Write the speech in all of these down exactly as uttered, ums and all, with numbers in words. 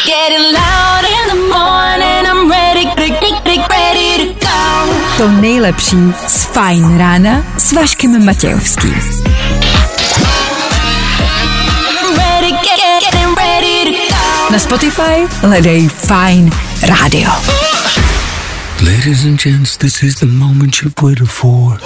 To nejlepší z Fajn rána s Vaškem Matějovským. Na Spotify hledej Fajn rádio. Ladies and gents, this is the moment you've waited for.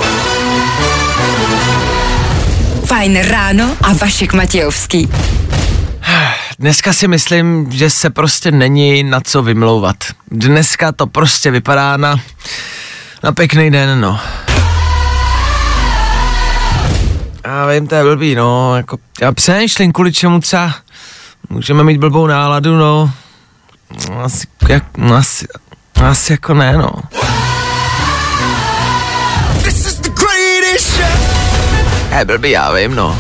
Fajn ráno a Vašek Matějovský. Dneska si myslím, že se prostě není na co vymlouvat. Dneska to prostě vypadá na, na pěkný den, no. Já vím, to je blbý, no, jako, já přemýšlím, kvůli čemu třeba můžeme mít blbou náladu, no. Asi, jak, no, asi, asi jako ne, no. Je blbý, já vím, no.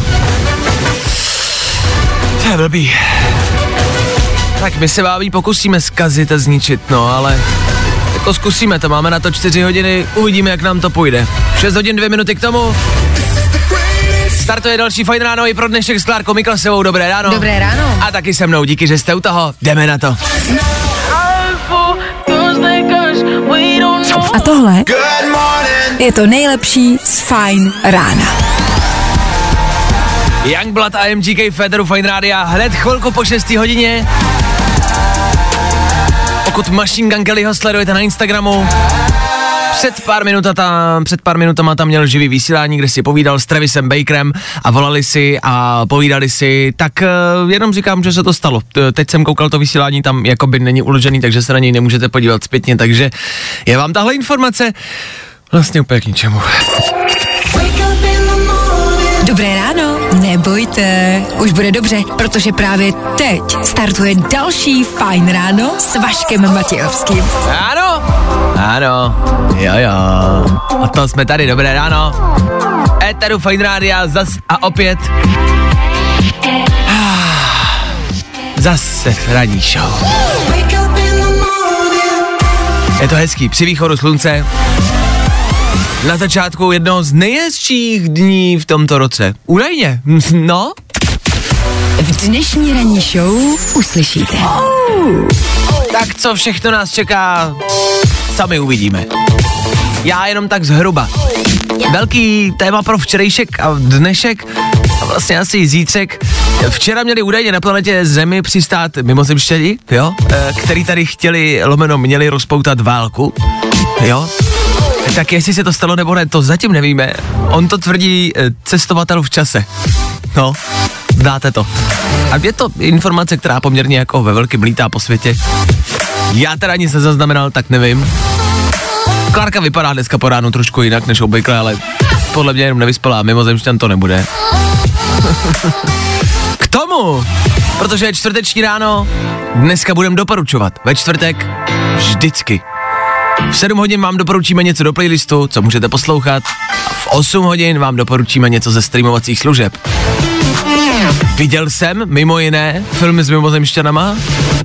To je blbý. Tak my se vábí pokusíme zkazit a zničit, no, ale jako zkusíme to, máme na to čtyři hodiny, uvidíme, jak nám to půjde. šest hodin, dvě minuty k tomu. Startuje další Fajn ráno i pro dnešek s Klárkou Miklasovou. Dobré ráno. Dobré ráno. A taky se mnou, díky, že jste u toho. Jdeme na to. A tohle je to nejlepší z Fajn rána. Youngblood a M G K Federu Fajn rádia hned chvilku po šesté hodině. Pokud Machine Gun Kellyho sledujete na Instagramu, před pár, minuta tam, před pár minutama tam měl živý vysílání, kde si povídal s Travisem Bakerem a volali si a povídali si, tak uh, jenom říkám, že se to stalo. Teď jsem koukal to vysílání, tam jakoby není uložený, takže se na něj nemůžete podívat zpětně, takže je vám tahle informace vlastně úplně k ničemu. Dobré ráno, nebojte, už bude dobře, protože právě teď startuje další Fajn ráno s Vaškem Matějovským. Ano, ano, jo jo, a to jsme tady, dobré ráno. Éteru Fajn rádia zas a opět. Zase ranní show. Je to hezký, při východu slunce. Na začátku jednoho z nejhezčích dní v tomto roce. Údajně, no. V dnešní ranní show uslyšíte. Oh. Tak co všechno nás čeká, sami uvidíme. Já jenom tak zhruba. Velký téma pro včerejšek a dnešek a vlastně asi i zítřek. Včera měli údajně na planetě Zemi přistát mimozemšťani, jo, který tady chtěli, lomeno měli rozpoutat válku, jo. Tak jestli se to stalo nebo ne, to zatím nevíme. On to tvrdí e, cestovatel v čase. No, znáte to. A je to informace, která poměrně jako ve velkým lítá po světě. Já teda nic nezaznamenal, tak nevím. Klárka vypadá dneska po ránu trošku jinak než obvykle, ale podle mě jenom nevyspalá, mimozemšťan to nebude. K tomu, protože je čtvrteční ráno, dneska budem doporučovat. Ve čtvrtek vždycky. V sedm hodin vám doporučíme něco do playlistu, co můžete poslouchat. A v osm hodin vám doporučíme něco ze streamovacích služeb. Viděl jsem, mimo jiné, film s mimozemšťanama.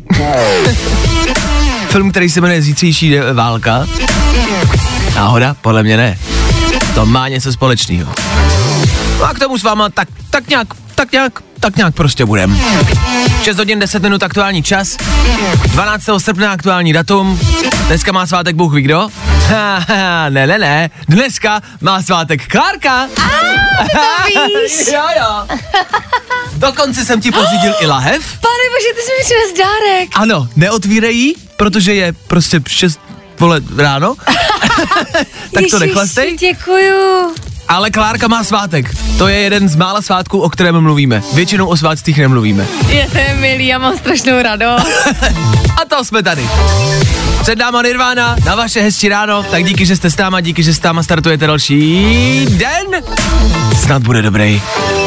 Film, který se jmenuje Zítřejší válka. Náhoda? Podle mě ne. To má něco společného. No a k tomu s váma tak, tak nějak, tak nějak, tak nějak prostě budem. šest hodin deset minut aktuální čas, dvanáctého srpna aktuální datum, dneska má svátek Bůh ví kdo? Ha, ha, ne, ne, ne, dneska má svátek Klárka. Ah, to víš. Jo, jo. Dokonce jsem ti pořídil i lahev. Pane bože, ty jsi mi přines dárek. Ano, neotvírej ji, protože je prostě šest vole ráno. Tak to nechlastej. Děkuju. Ale Klárka má svátek. To je jeden z mála svátků, o kterém mluvíme. Většinou o svátcích nemluvíme. Je to je milý, já mám strašnou radost. A to jsme tady. Před náma Nirvana, na vaše hezčí ráno, tak díky, že jste s náma, díky, že s náma startujete další den. Snad bude dobrý.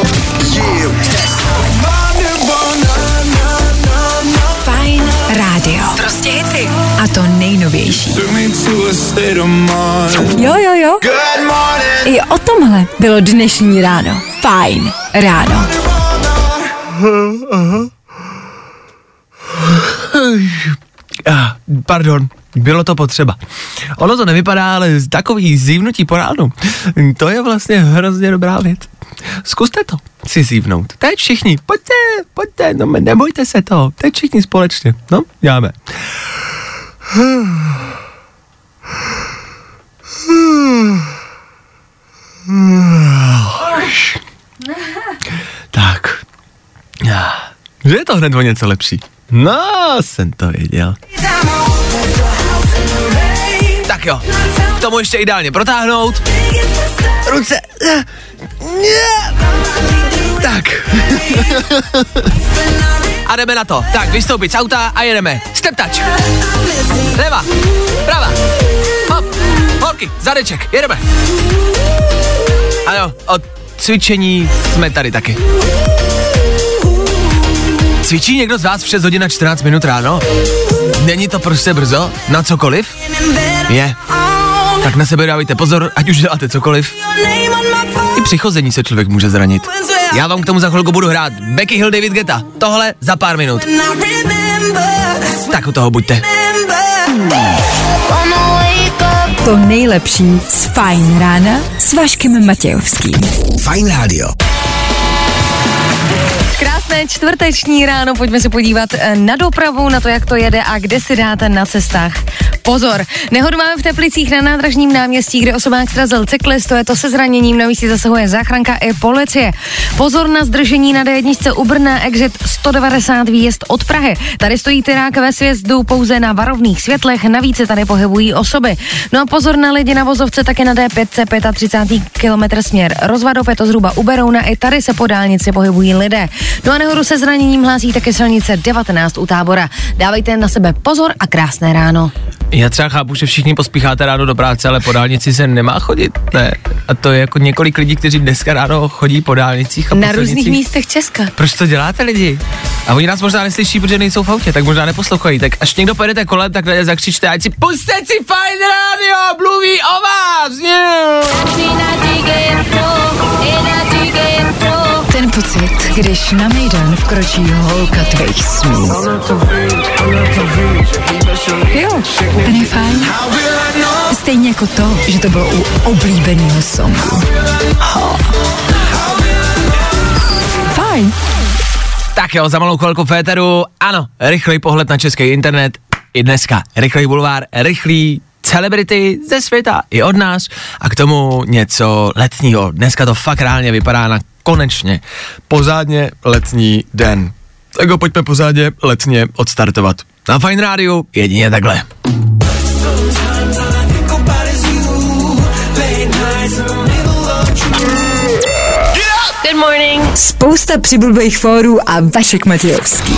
Fajn rádio. Prostě hity. A to nejnovější. Jo, jo, jo. I o tomhle bylo dnešní ráno. Fajn ráno. Ah, pardon, bylo to potřeba. Ono to nevypadá, ale takový zívnutí po ránu, to je vlastně hrozně dobrá věc. Zkuste to si zívnout. Teď všichni, pojďte, pojďte, no nebojte se toho, teď všichni společně, no, děláme. Tak. Že je to hned o něco lepší. No, jsem to věděl. Tak jo, k tomu ještě ideálně protáhnout. Ruce. Tak. A jdeme na to. Tak, vystoupit z auta a jedeme. Step touch. Leva, prava. Hop, holky, zadeček, jedeme. Ano, od cvičení jsme tady taky. Cvičí někdo z vás v šest hodin a čtrnáct minut ráno? Není to prostě brzo? Na cokoliv? Je. Tak na sebe dávejte pozor, ať už děláte cokoliv. I při chození se člověk může zranit. Já vám k tomu za chvilku budu hrát Becky Hill, David Guetta. Tohle za pár minut. Tak u toho buďte. To nejlepší z Fajn rána s Vaškem Matějovským. Fajn rádio. Krásné čtvrteční ráno, pojďme se podívat na dopravu, na to, jak to jede a kde si dáte na cestách pozor. Nehodu máme v Teplicích na Nádražním náměstí, kde osobák srazil cyklist, to je to se zraněním, navíc si zasahuje záchranka i policie. Pozor na zdržení na dé jedna u Brna, exit sto devadesát výjezd od Prahy. Tady stojí tyrák ve sjezdu pouze na varovných světlech, navíc se tady pohybují osoby. No a pozor na lidi na vozovce, také na dé pět, třicet pět kilometr směr Rozvadov, je to zhruba u Berouna, i tady se po dálnici pohybují lidé. No a nehodu se zraněním hlásí také silnice devatenáct u Tábora. Dávejte na sebe pozor a krásné ráno. Já třeba chápu, že všichni pospícháte ráno do práce, ale po dálnici se nemá chodit, ne? A to je jako několik lidí, kteří dneska ráno chodí po dálnicích a na po různých silnicích. místech Česka. Proč to děláte, lidi? A oni nás možná neslyší, protože nejsou v autě, tak možná neposlouchají. Tak až někdo pojedete kolem, tak zakřičte, ať si puste si Fajn rádio, mluví o vás! Ten pocit, když na mejdan vkročí holka tvých snů. Jo, ten je fajn. Stejně jako to, že to bylo u oblíbeného songu. Ho. Fajn. Tak jo, za malou chvilku féteru, ano, rychlej pohled na český internet i dneska. Rychlej bulvár, rychlý celebrity ze světa i od nás a k tomu něco letního. Dneska to fakt reálně vypadá na konečně pořádně letní den. Tak ho pojďme pořádně letně odstartovat. Na Fajn rádiu jedině takhle. Good morning. Spousta přibulbých fórů a Vašek Matějovský.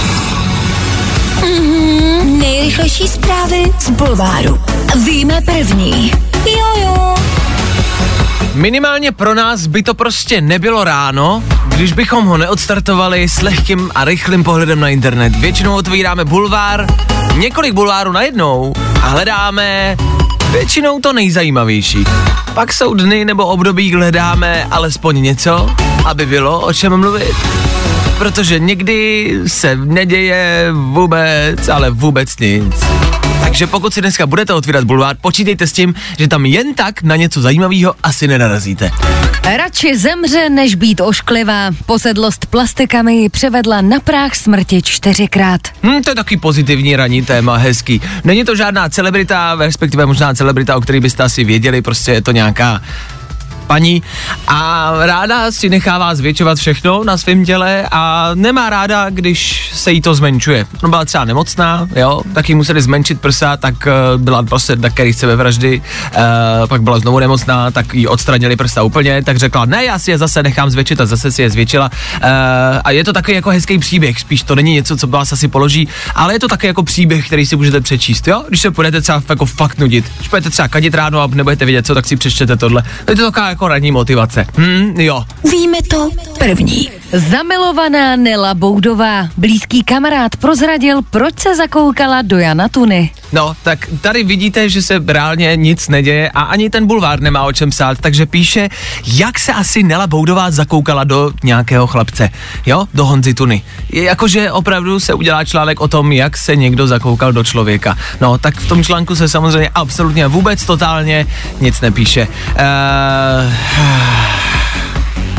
Mm-hmm. Nejrychlejší zprávy z bulváru. Víme první. Jojo. Minimálně pro nás by to prostě nebylo ráno, když bychom ho neodstartovali s lehkým a rychlým pohledem na internet. Většinou otvíráme bulvár, několik bulvárů najednou a hledáme většinou to nejzajímavější. Pak jsou dny nebo období, kdy hledáme alespoň něco, aby bylo o čem mluvit. Protože někdy se neděje vůbec, ale vůbec nic. Takže pokud si dneska budete otvírat bulvár, počítejte s tím, že tam jen tak na něco zajímavého asi nenarazíte. Radši zemře, než být ošklivá. Posedlost plastikami ji převedla na práh smrti čtyřikrát. Hm, to je taky pozitivní ranní téma, hezký. Není to žádná celebrita, respektive možná celebrita, o který byste asi věděli, prostě je to nějaká paní a ráda si nechává zvětšovat všechno na svém těle a nemá ráda, když se jí to zmenšuje. No byla třeba nemocná, jo, taky museli zmenšit prsa, tak uh, byla prostě taky sebevraždy, uh, pak byla znovu nemocná, tak jí odstranili prsa úplně, tak řekla, ne, já si je zase nechám zvětšit a zase si je zvětšila uh, a je to takový jako hezký příběh, spíš to není něco, co vás asi položí, ale je to taky jako příběh, který si můžete přečíst, jo, když se budete třeba jako fakt nudit, když budete třeba kadit ráno a nebudete vědět co, tak si přečtěte tohle, je to taková jako ranní motivace. Hm, jo. Víme to první. Zamilovaná Nela Boudová. Blízký kamarád prozradil, proč se zakoukala do Jana Tuny. No, tak tady vidíte, že se reálně nic neděje a ani ten bulvár nemá o čem psát, takže píše, jak se asi Nela Boudová zakoukala do nějakého chlapce, jo, do Honzy Tuny. Je jakože opravdu se udělá článek o tom, jak se někdo zakoukal do člověka. No, tak v tom článku se samozřejmě absolutně vůbec totálně nic nepíše. Uh,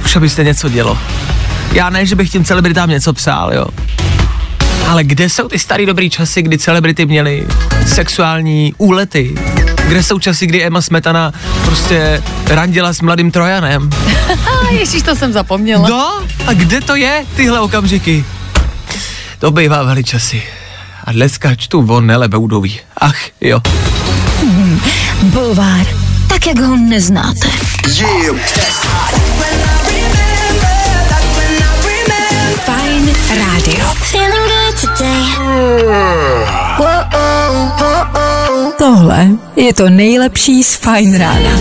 už abyste něco dělo. Já ne, že bych tím celebritám něco přál, jo. Ale kde jsou ty starý dobrý časy, kdy celebrity měly sexuální úlety? Kde jsou časy, kdy Emma Smetana prostě randila s mladým Trojanem? Ježíš, to jsem zapomněla. No, a kde to je, tyhle okamžiky? To bývávaly časy. A dneska čtu von Nele Boudový. Ach, jo. Hmm, bulvár, tak jak ho neznáte. Fajn rádio. Tohle je to nejlepší z Fajn rána.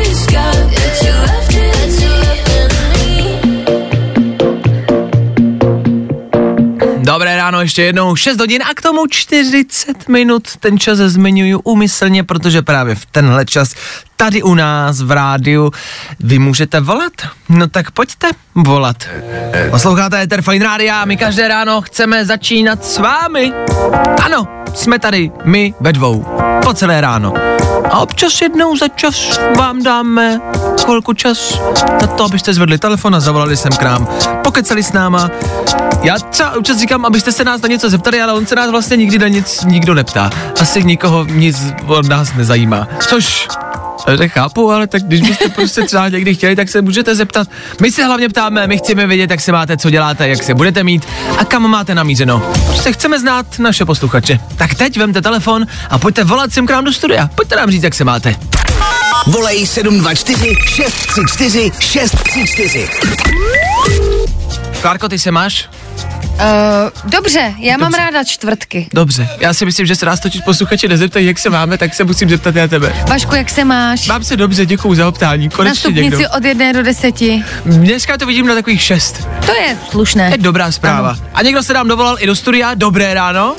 Dobré ráno ještě jednou, šest hodin a k tomu čtyřicet minut. Ten čas zmiňuju úmyslně, protože právě v tenhle čas tady u nás v rádiu vy můžete volat. No tak pojďte volat. Posloucháte Éter Fajn rádia a my každé ráno chceme začínat s vámi. Ano, jsme tady my ve dvou. Po celé ráno. A občas jednou za čas vám dáme chvilku čas na to, abyste zvedli telefon a zavolali sem k nám. Pokecali s náma. Já třeba občas říkám, abyste se nás na něco zeptali, ale on se nás vlastně nikdy na nic nikdo neptá. Asi nikoho nic od nás nezajímá. Což nechápu, ale tak když byste prostě třeba někdy chtěli, tak se můžete zeptat. My se hlavně ptáme, my chceme vědět, jak se máte, co děláte, jak se budete mít a kam máte namířeno. Prostě chceme znát naše posluchače. Tak teď vemte telefon a pojďte volat sem k nám do studia. Pojďte nám říct, jak se máte. Volej sedm dva čtyři šest tři čtyři šest tři čtyři. Klárko, ty se máš? Uh, dobře, já dobře. Mám ráda čtvrtky. Dobře, já si myslím, že se nás totiž posluchači nezeptají, jak se máme, tak se musím zeptat já tebe. Vašku, jak se máš? Mám se dobře, děkuju za optání, konečně na stupnici někdo. Od jedné do deseti. Dneska to vidím na takových šest. To je slušné. Je dobrá zpráva. Ano. A někdo se nám dovolal i do studia, dobré ráno.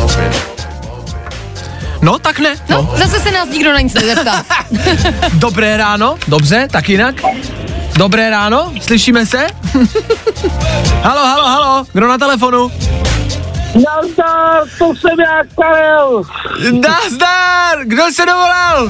No, tak ne. No, no. Zase se nás nikdo na nic nezeptá. Dobré ráno, dobře, tak jinak. Dobré ráno, slyšíme se? Halo, halo, halo, kdo na telefonu? Nazdar, to jsem já, Karel. Nazdar, kdo se dovolal?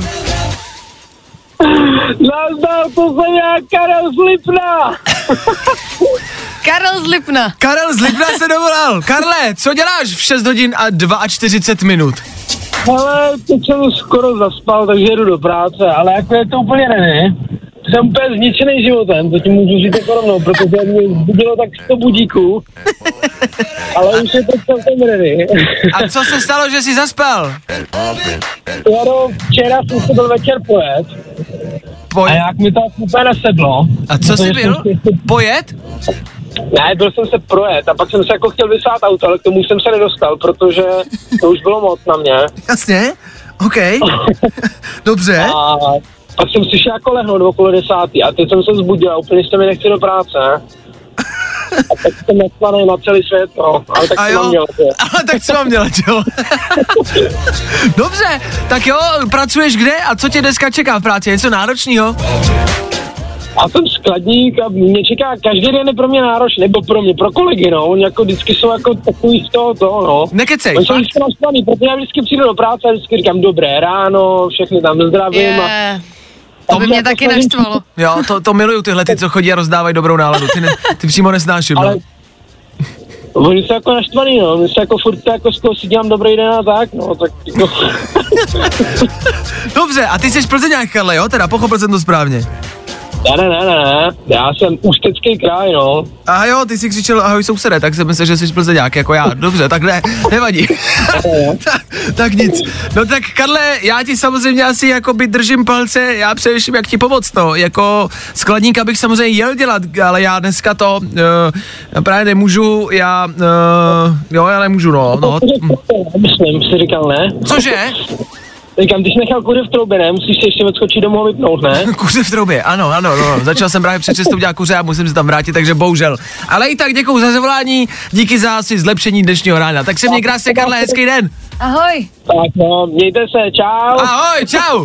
Nazdar, to jsem já, Karel z Lipna. Karel z Lipna. Karel z Lipna se dovolal. Karle, co děláš v šest hodin a čtyřicet dva minut? Ale teď jsem skoro zaspal, takže jdu do práce, ale jako je to úplně ne. Jsem úplně zničený životem, to ti můžu říct jako rovnou, protože mě zbudilo tak sto budíků, ale už je to celkem ready. A co se stalo, že jsi zaspal? Já do, včera jsem se byl večer pojet Poj- a jak mi to úplně nesedlo. A co jsi byl? Pojet? Ne, byl jsem se projet a pak jsem se jako chtěl vysát auto, ale k tomu jsem se nedostal, protože to už bylo moc na mě. Jasně, OK, dobře. A pak jsem si šel jako lehnout okolo desátý a teď jsem se zbudil a úplně se mi nechci do práce. A tak jsem naslaný na celý svět, no. Ale tak co mám dělat, jo. Ale tak co mám dělat, jo. Dobře, tak jo, pracuješ kde a co tě dneska čeká v práci? Něco náročného? Já jsem skladník a mě čeká každý den je pro mě náročný, nebo pro mě, pro kolegy, no. Oni jako vždycky jsou jako takový z toho, toho, no. Nekecej, oni jsou vždycky naštvaný, protože já vždycky přijdu do práce a vždycky říkám dobré ráno, všechny tam zdravím yeah. a... To by mě taky naštvalo. Jo, to, to miluju tyhle, ty, co chodí a rozdávají dobrou náladu. Ty, ne, ty přímo nesnáším, ale... no. Oni jsou jako naštvaný, no. Oni jsou jako furt jako z toho si dělám dobrý den a tak, no, tak jako... Dobře, a ty jsi Plzeňák, Karle, jo? Teda pochopil jsem to správně. Ne, ne, ne, ne, já jsem Ústecký kraj, no. Aha jo, ty jsi křičel ahoj sousede, tak jsem myslel, že jsi Plzeňák jako já. Dobře, tak ne, nevadí. tak, tak nic. No tak Karle, já ti samozřejmě asi jakoby držím palce, já především jak ti pomoct, no. Jako skladníka bych samozřejmě jel dělat, ale já dneska to uh, právě nemůžu, já, uh, jo, já nemůžu, no. no. Myslím, si říkal, ne? Cože? Říkám, ty jsi nechal kuře v troubě, ne? Musíš si ještě odskočit domů vypnout, ne? Kuře v troubě, ano, ano, no. Začal jsem právě před cestou dělat kuře a musím se tam vrátit, takže bohužel. Ale i tak děkuju za zavolání, díky za asi zlepšení dnešního rána. Tak se mě krásně, Karle, hezký den. Ahoj. Tak no, mějte se, čau. Ahoj, čau.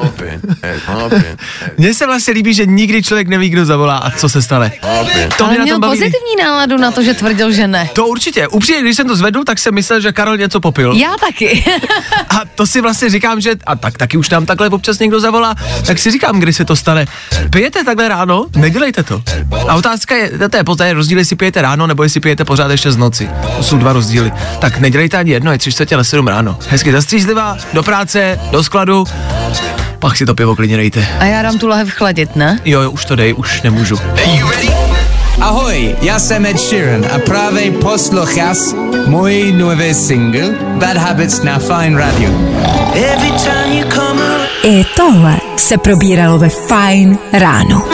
Mně se vlastně líbí, že nikdy člověk neví, kdo zavolá a co se stane. To Ale měl pozitivní náladu na to, že tvrdil, že ne. To určitě. Upřímně, když jsem to zvedl, tak jsem myslel, že Karel něco popil. Já taky. A to si vlastně říkám, že a tak taky už nám takhle občas někdo zavolá, tak si říkám, kdy se to stane. Pijete takhle ráno? Nedělejte to. A otázka je, to je poté rozdíl, jestli pijete ráno, nebo jestli pijete pořád ještě z noci. To jsou dva rozdíly. Tak nedělejte ani jedno, je tři čtvrtě na sedm ráno. Hezky zastřízlivá, do práce, do skladu, pak si to pivo klidně dejte. A já dám tu lahev chladit, ne? Jo, jo, už to dej, už nemůžu. Ahoj, já jsem Ed Sheeran a právě posloucháš můj nový single Bad Habits na Fine Radio. I tohle se probíralo ve Fajn ráno.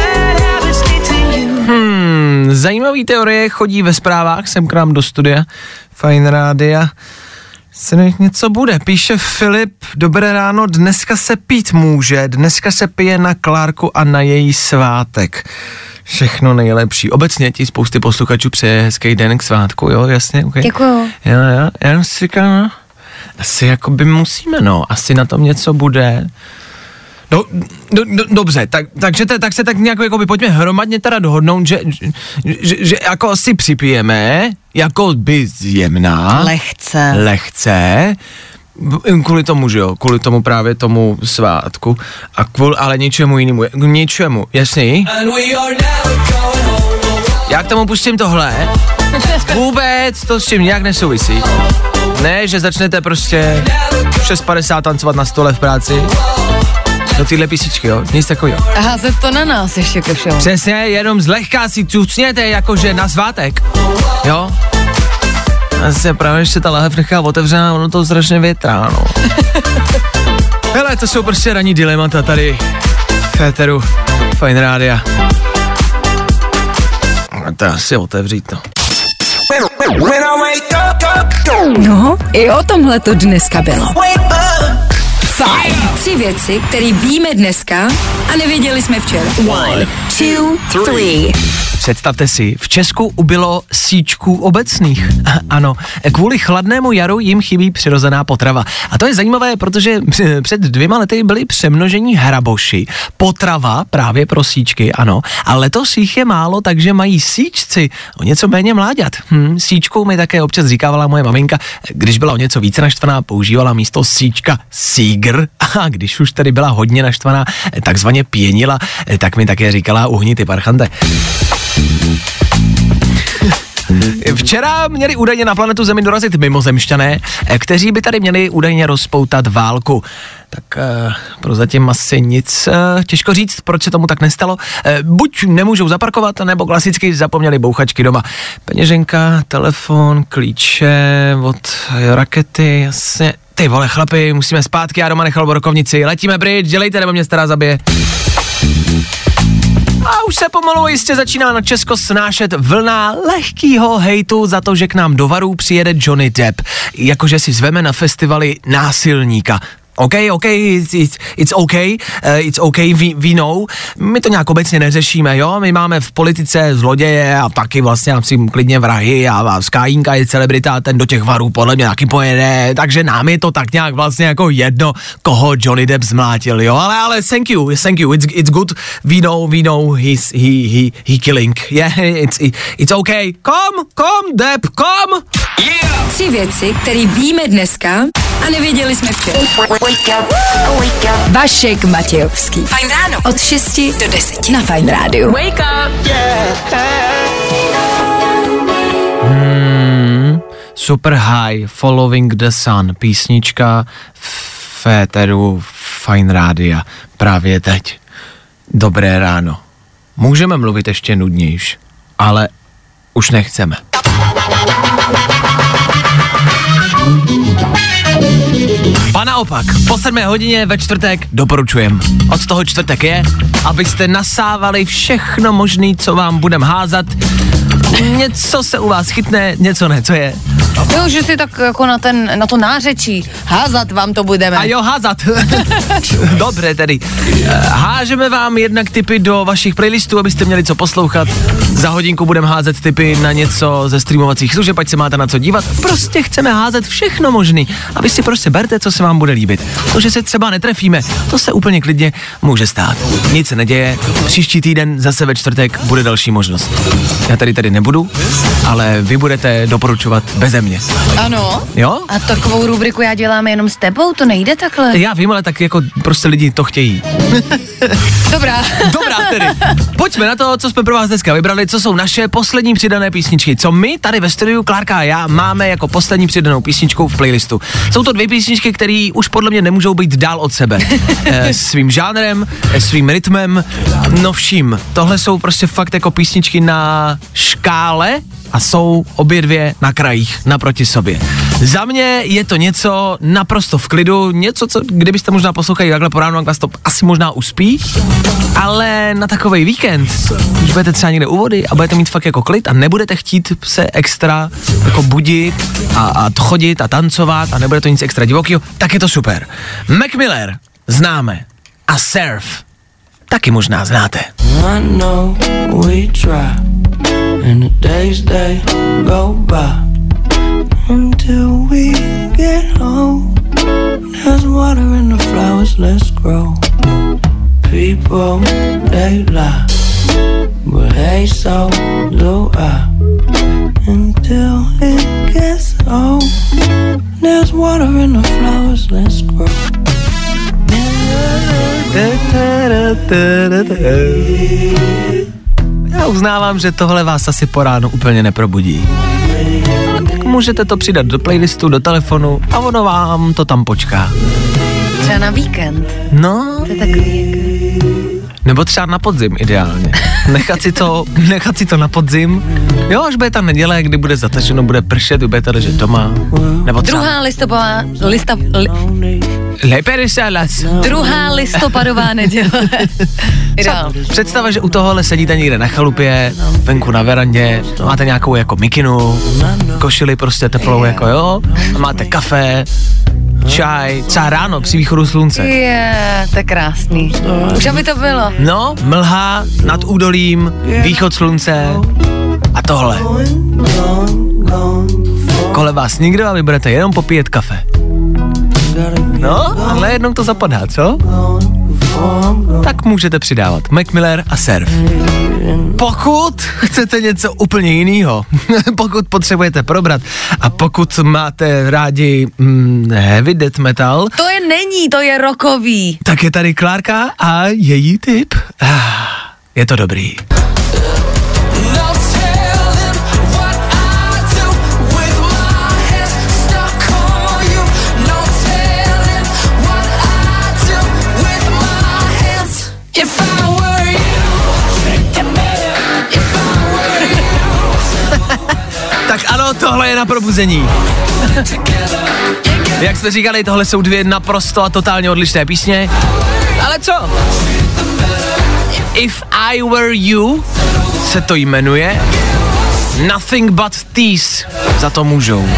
Hmm, zajímavý teorie chodí ve zprávách sem k nám do studia Fajn rádia. Se něco bude, píše Filip, dobré ráno, dneska se pít může, dneska se pije na Klárku a na její svátek. Všechno nejlepší. Obecně ti spousty posluchačů přeje hezký den k svátku, jo, jasně, okay. Děkuju. Jo, jo, já si říkám, no, asi jakoby musíme, no, asi na tom něco bude. No, do, do, dobře, tak, takže te, tak se tak nějak jakoby pojďme hromadně teda dohodnout, že, že, že, že jako asi připijeme, jako by zjemná. Lehce. Lehce. Kvůli tomu, že jo, kvůli tomu právě tomu svátku a kvůli, ale ničemu jinému, k ničemu, jasný? Já k tomu pustím tohle, vůbec to s tím nějak nesouvisí. Ne, že začnete prostě v šest padesát tancovat na stole v práci, do téhle písničky, jo, nic takového. A házet to na nás ještě ke všemu. Přesně, jenom zlehka si cucněte, jakože na svátek, jo. A se právě ještě ta lahev nechá otevřená, ono to strašně větrá, no. Hele, to jsou prostě ranní dilemata tady v éteru Fajn rádia. A to asi otevřít, no. No, i o tomhle to dneska bylo. Fajn. Tři věci, které víme dneska a nevěděli jsme včera. One, two, three. Představte si, v Česku ubylo síčků obecných. Ano, kvůli chladnému jaru jim chybí přirozená potrava. A to je zajímavé, protože před dvěma lety byly přemnožení hraboši. Potrava právě pro síčky, ano. A letos jich je málo, takže mají síčci o něco méně mláďat. Hm, síčkou mi také občas říkávala moje maminka, když byla o něco více naštvaná, používala místo síčka sígr. A když už tady byla hodně naštvaná, takzvaně pěnila, tak mi také říkala uhni ty parchante. Včera měli údajně na planetu Zemi dorazit mimozemšťané, kteří by tady měli údajně rozpoutat válku. Tak uh, prozatím asi nic, uh, těžko říct, proč se tomu tak nestalo. Uh, buď nemůžou zaparkovat, nebo klasicky zapomněli bouchačky doma. Peněženka, telefon, klíče od rakety, jasně. Ty vole chlapi, musíme zpátky, já doma nechal brokovnici, letíme pryč, dělejte, nebo mě stará zabije. A už se pomalu jistě začíná na Česko snášet vlna lehkýho hejtu za to, že k nám do Varů přijede Johnny Depp. Jakože si zveme na festivaly násilníka. OK, OK, it's, it's OK, uh, it's OK, we, we know. My to nějak obecně neřešíme, jo? My máme v politice zloděje a taky vlastně asi klidně vrahy a, a Skájínka je celebrita, ten do těch Varů podle mě taky pojede, takže nám je to tak nějak vlastně jako jedno, koho Johnny Depp zmlátil, jo? Ale, ale thank you, thank you, it's, it's good, we know, we know he's, he, he, he killing, yeah, it's, it's OK. Kom, kom, Depp, kom! Yeah! Tři věci, které víme dneska a nevěděli jsme včera. Vašek Matějovský. Fajn ráno. Od šesti do deseti na Fajn rádiu. Wake up. Hmm, super high, following the sun, písnička v éteru Fajn rádia. Právě teď. Dobré ráno. Můžeme mluvit ještě nudnějš, ale už nechceme. A naopak, po sedmé hodině ve čtvrtek doporučujem. Od toho čtvrtek je, abyste nasávali všechno možný, co vám budem házat v Něco se u vás chytne, něco ne, co je? Jo, že si tak jako na, ten, na to nářečí. Házat vám to budeme. A jo, házat. Dobře tedy. Hážeme vám jednak tipy do vašich playlistů, abyste měli co poslouchat. Za hodinku budeme házet tipy na něco ze streamovacích služeb, ať se máte na co dívat. Prostě chceme házet všechno možný. A vy si prostě berte, co se vám bude líbit. To, že se třeba netrefíme, to se úplně klidně může stát. Nic se neděje. Příští týden zase ve čtvrtek bude další možnost. Já tady tady nebudu, ale vy budete doporučovat beze mě. Ano. Jo? A takovou rubriku já dělám jenom s tebou, to nejde takhle. Já vím, ale tak jako prostě lidi to chtějí. Dobrá. Dobrá tedy. Pojďme na to, co jsme pro vás dneska vybrali, co jsou naše poslední přidané písničky. Co my tady ve studiu, Klárka a já, máme jako poslední přidanou písničku v playlistu. Jsou to dvě písničky, které už podle mě nemůžou být dál od sebe. E, svým žánrem, e, svým rytmem, no vším. Tohle jsou prostě fakt jako písničky na škále a jsou obě dvě na krajích, naproti sobě. Za mě je to něco naprosto v klidu, něco, co kdybyste možná poslouchali takhle po ránu, tak vás to asi možná uspí, ale na takovej víkend, když budete třeba někde u vody a budete mít fakt jako klid a nebudete chtít se extra jako budit a, a chodit a tancovat a nebude to nic extra divokýho, tak je to super. Mac Miller známe a Surf taky možná znáte. And the days they go by until we get home. There's water in the flowers, let's grow. People, they lie, but hey, so do I. Until it gets home. There's water in the flowers, let's grow. Já uznávám, že tohle vás asi po ránu úplně neprobudí. Tak můžete to přidat do playlistu, do telefonu a ono vám to tam počká. Třeba na víkend. No. To je takový jako... Nebo třeba na podzim ideálně. Nechat si to, nechat si to na podzim. Jo, až bude ta neděle, kdy bude zataženo, bude pršet, vy budete ležet doma. Nebo třeba... Druhá listopadová, lista, li, Druhá listopadová neděle. Představa, že u tohohle sedíte někde na chalupě, venku na verandě, máte nějakou jako mikinu, košili prostě teplou jako jo, a máte kafe, čaj, třeba ráno při východu slunce. Je, to je krásný. Už aby to bylo. No, mlha nad údolím, východ slunce a tohle. Kolem vás nikdo a vy budete jenom popíjet kafe. No, ale jednou to zapadá, co? Tak můžete přidávat Mac Miller a Surf. Pokud chcete něco úplně jiného, pokud potřebujete probrat a pokud máte rádi mm, heavy death metal, to je není, to je rockový. Tak je tady Klárka a její tip. Je to dobrý. Tak ano, tohle je na probuzení. Jak jsme říkali, tohle jsou dvě naprosto a totálně odlišné písně. Ale co? If I Were You se to jmenuje. Nothing But These za to můžou.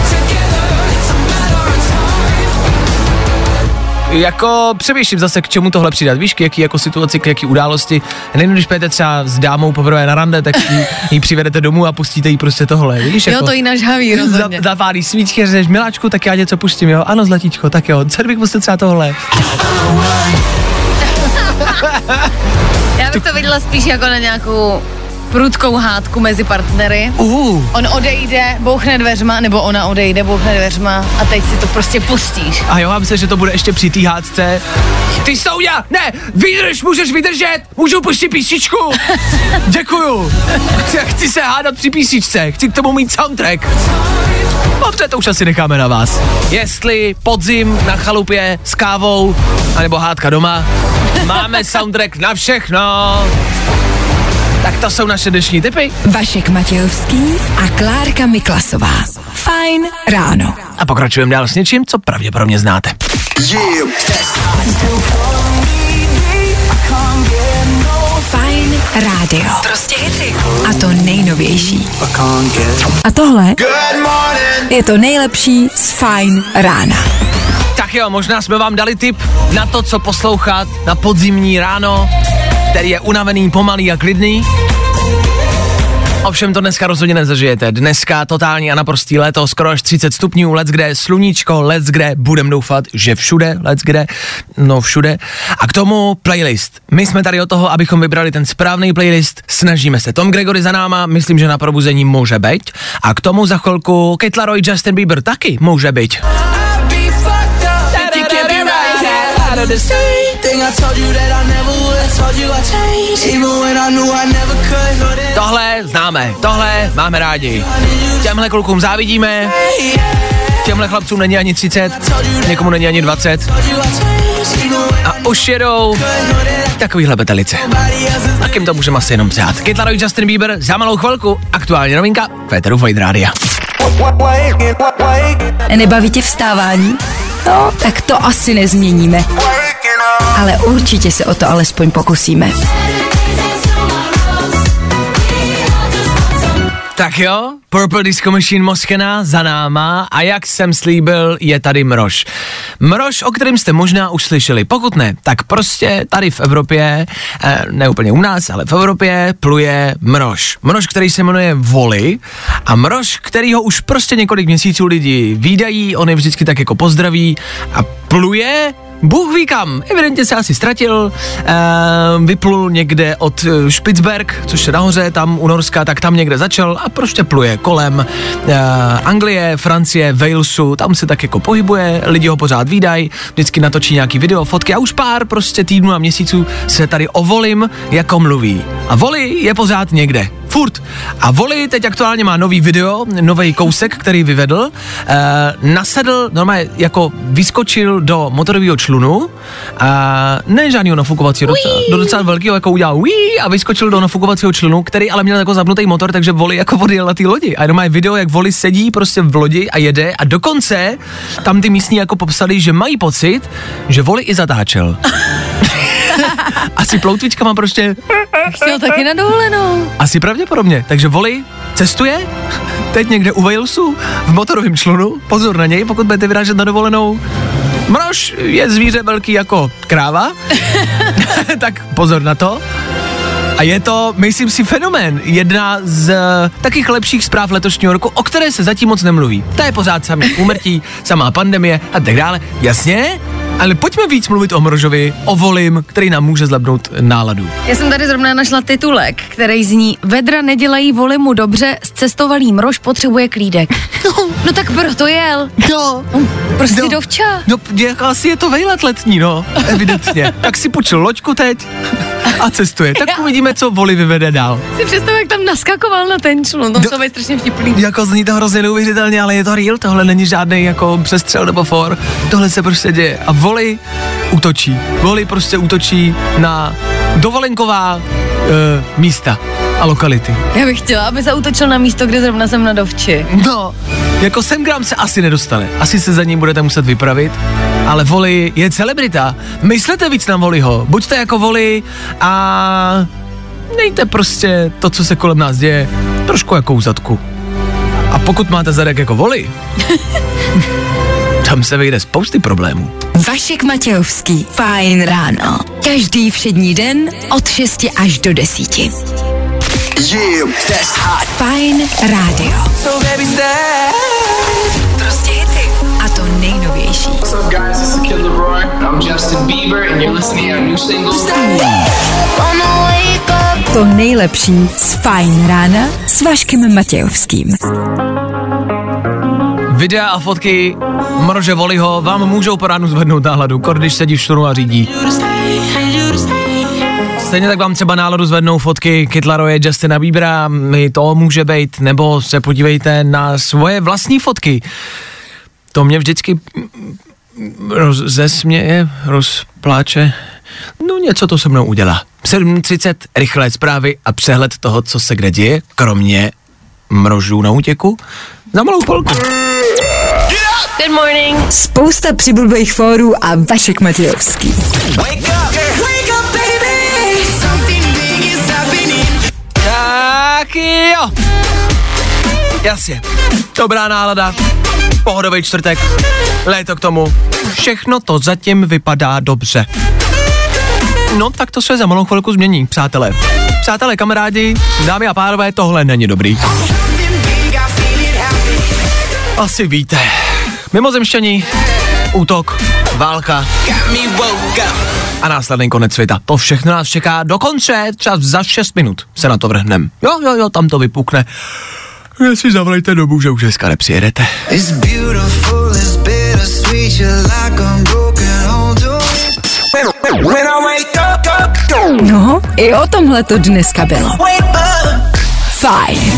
Jako přemýšlím zase, k čemu tohle přidat. Víš, k jaký jako situaci, k jaký události. Nejen když půjdete třeba s dámou poprvé na rande, tak jí, jí přivedete domů a pustíte jí prostě tohle. Víš, jo, jako, to jí nažhaví rozhodně. Zapálí svíčky, říkáš, miláčku, tak já něco pustím, jo. Ano, zlatíčko, tak jo. Co bych pustil třeba tohle? Já bych to viděla spíš jako na nějakou prudkou hádku mezi partnery. Uh. On odejde, bouchne dveřma, nebo ona odejde, bouchne dveřma a teď si to prostě pustíš. A jo, já myslím, že to bude ještě při té hádce. Ty Souďa, ne, vydrž, můžeš vydržet, můžu pustit písničku. Děkuju. Chci se hádat při písničce, chci k tomu mít soundtrack. Dobře, to už asi necháme na vás. Jestli podzim na chalupě s kávou, anebo hádka doma, máme soundtrack na všechno. Tak to jsou naše dnešní tipy. Vašek Matějovský a Klárka Miklasová. Fajn ráno. A pokračujeme dál s něčím, co pravděpodobně znáte. Fajn rádio. Prostě hity. A to nejnovější. A tohle je to nejlepší z Fajn rána. Tak jo, možná jsme vám dali tip na to, co poslouchat na podzimní ráno, který je unavený, pomalý a klidný. Ovšem to dneska rozhodně nezažijete. Dneska totální a naprostý léto, skoro až třicet stupňů, let's kde sluníčko, let's kde, budem doufat, že všude, let's kde, no všude. A k tomu playlist. My jsme tady od toho, abychom vybrali ten správný playlist, snažíme se. Tom Gregory za náma, myslím, že na probuzení může být. A k tomu za chvilku Kate Laroi, Justin Bieber taky může být. Tohle známe, tohle máme rádi. Těmhle klukům závidíme, těmhle chlapcům není ani třicet, někomu není ani dvacet. A už jedou takovýhle betelice. Tak jim to můžeme asi jenom přát. Kate Laroi, Justin Bieber, za malou chvilku, aktuální novinka, Féteru Fajn rádia. Nebaví tě vstávání? No, tak to asi nezměníme. Ale určitě se o to alespoň pokusíme. Tak jo, Purple Disco Machine Moskena za náma a jak jsem slíbil, je tady mrož. Mrož, o kterém jste možná už slyšeli. Pokud ne, tak prostě tady v Evropě, eh, ne úplně u nás, ale v Evropě pluje mrož. Mrož, který se jmenuje Voli a mrož, který ho už prostě několik měsíců lidi vídají, on je vždycky tak jako pozdraví a pluje Bůh ví kam, evidentně se asi ztratil, e, vyplul někde od Špicberg, což je nahoře, tam u Norska, tak tam někde začal a prostě pluje kolem e, Anglie, Francie, Walesu, tam se tak jako pohybuje, lidi ho pořád vídají, vždycky natočí nějaký video, fotky a už pár prostě týdnů a měsíců se tady o Volim jako mluví. A Voli je pořád někde. Furt. A Voli teď aktuálně má nový video, nový kousek, který vyvedl, e, nasedl, normálně jako vyskočil do motorového člunu, a ne žádného nafukovacího, docela, do docela velkého, jako udělal uí, a vyskočil do nafukovacího člunu, který ale měl jako zapnutý motor, takže Voli jako odjel na té lodi. A jenom je video, jak Voli sedí prostě v lodi a jede a dokonce tam ty místní jako popsali, že mají pocit, že Voli i zatáčel. Asi ploutvičkama prostě. Chtěl taky na dovolenou. Asi pravděpodobně. Takže Voli cestuje teď někde u Walesu v motorovém člunu. Pozor na něj, pokud budete vyrážet na dovolenou. Mrož je zvíře velký jako kráva, tak pozor na to. A je to, myslím si, fenomén. Jedna z uh, takých lepších zpráv letošního roku, o které se zatím moc nemluví. To je pořád samý úmrtí, samá pandemie a tak dále. Jasně? Ale pojďme víc mluvit o mrožovi, o Volim, který nám může zlepnout náladu. Já jsem tady zrovna našla titulek, který zní: Vedra nedělají Volimu dobře, zcestovalý mrož potřebuje klídek. No, no tak proto jel. No. no prostě no. dovča. No, jako asi je to vejlet letní, no, evidentně. Tak si půjčil loďku teď a cestuje. Tak uvidíme, co Voli vyvede dál. Si představ, jak tam naskakoval na ten člun, to muselo být strašně vtipný. Jako zní to hrozně neuvěřitelně, ale je to real, tohle není žádný jako přestřel nebo for, tohle se prostě děje. A Voli útočí. Voli prostě útočí na dovolenková uh, místa a lokality. Já bych chtěla, aby se útočil na místo, kde zrovna jsem na dovči. No, jako sem gram se asi nedostane. Asi se za ním budete muset vypravit, ale Voli je celebrita. Myslete víc na Voliho, buďte jako Voli a nejte prostě to, co se kolem nás děje, trošku jako u zadku. A pokud máte zadek jako Voli, tam se vyjde spousty problémů. Vašek Matějovský, Fajn ráno. Každý všední den od šesti až do desíti. Yeah, that's hot. Fajn rádio. So baby stay. Prostě hity. A to nejnovější. What's up guys, this is Kid Leroy. I'm Justin Bieber and you're listening to our new single. To nejlepší z Fajn rána s Vaškem Matějovským. Videa a fotky mrože Voliho vám můžou po ránu zvednout náladu, když sedí v šturu a řídí. Stejně tak vám třeba náladu zvednou fotky Kate Laroie, Justina Biebera, to může být, nebo se podívejte na svoje vlastní fotky. To mě vždycky rozesměje, rozpláče. No něco to se mnou udělá. sedm třicet, rychlé zprávy a přehled toho, co se kde děje, kromě mrožů na útěku, za malou polku. Good morning. Spousta přibulbých fórů a Vašek Matějovský. Wake up, wake up, baby. Something big is happening. Jo! Jasně. Dobrá nálada, pohodový čtvrtek, léto k tomu. Všechno to zatím vypadá dobře. No, tak to se za malou chvilku změní, přátelé. Přátelé, kamarádi, dámy a pánové, tohle není dobrý. Asi víte. Mimozemšťaní, útok, válka a následný konec světa. To všechno nás čeká dokonce, třeba za šest minut se na to vrhnem. Jo, jo, jo, tam to vypukne. Já si zavolejte dobu, že už dneska nepřijedete. No, i o tomhle to dneska bylo. Fajn.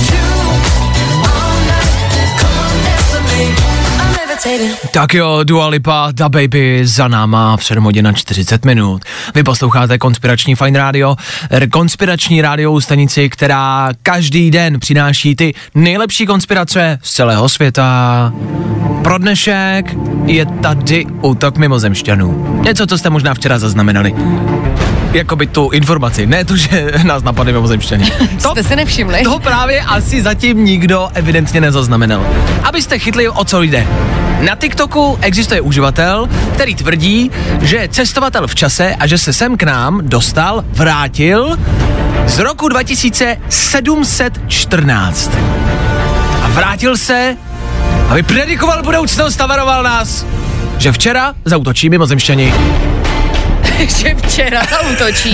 Tak jo, Dua Lipa, Da Baby za náma v sedm hodin a čtyřicet minut. Vy posloucháte Konspirační Fajn rádio, konspirační rádiovou stanici, která každý den přináší ty nejlepší konspirace z celého světa. Pro dnešek je tady útok mimozemšťanů. Něco, co jste možná včera zaznamenali. Jakoby tu informaci, ne to, že nás napadly mimozemšťani. To jste si nevšimli? To právě asi zatím nikdo evidentně nezaznamenal. Abyste chytli, o co jde. Na TikToku existuje uživatel, který tvrdí, že je cestovatel v čase a že se sem k nám dostal, vrátil z roku dva tisíce sedm set čtrnáct. A vrátil se, aby predikoval budoucnost a varoval nás, že včera zaútočí mimozemšťani. Že včera zaútočí.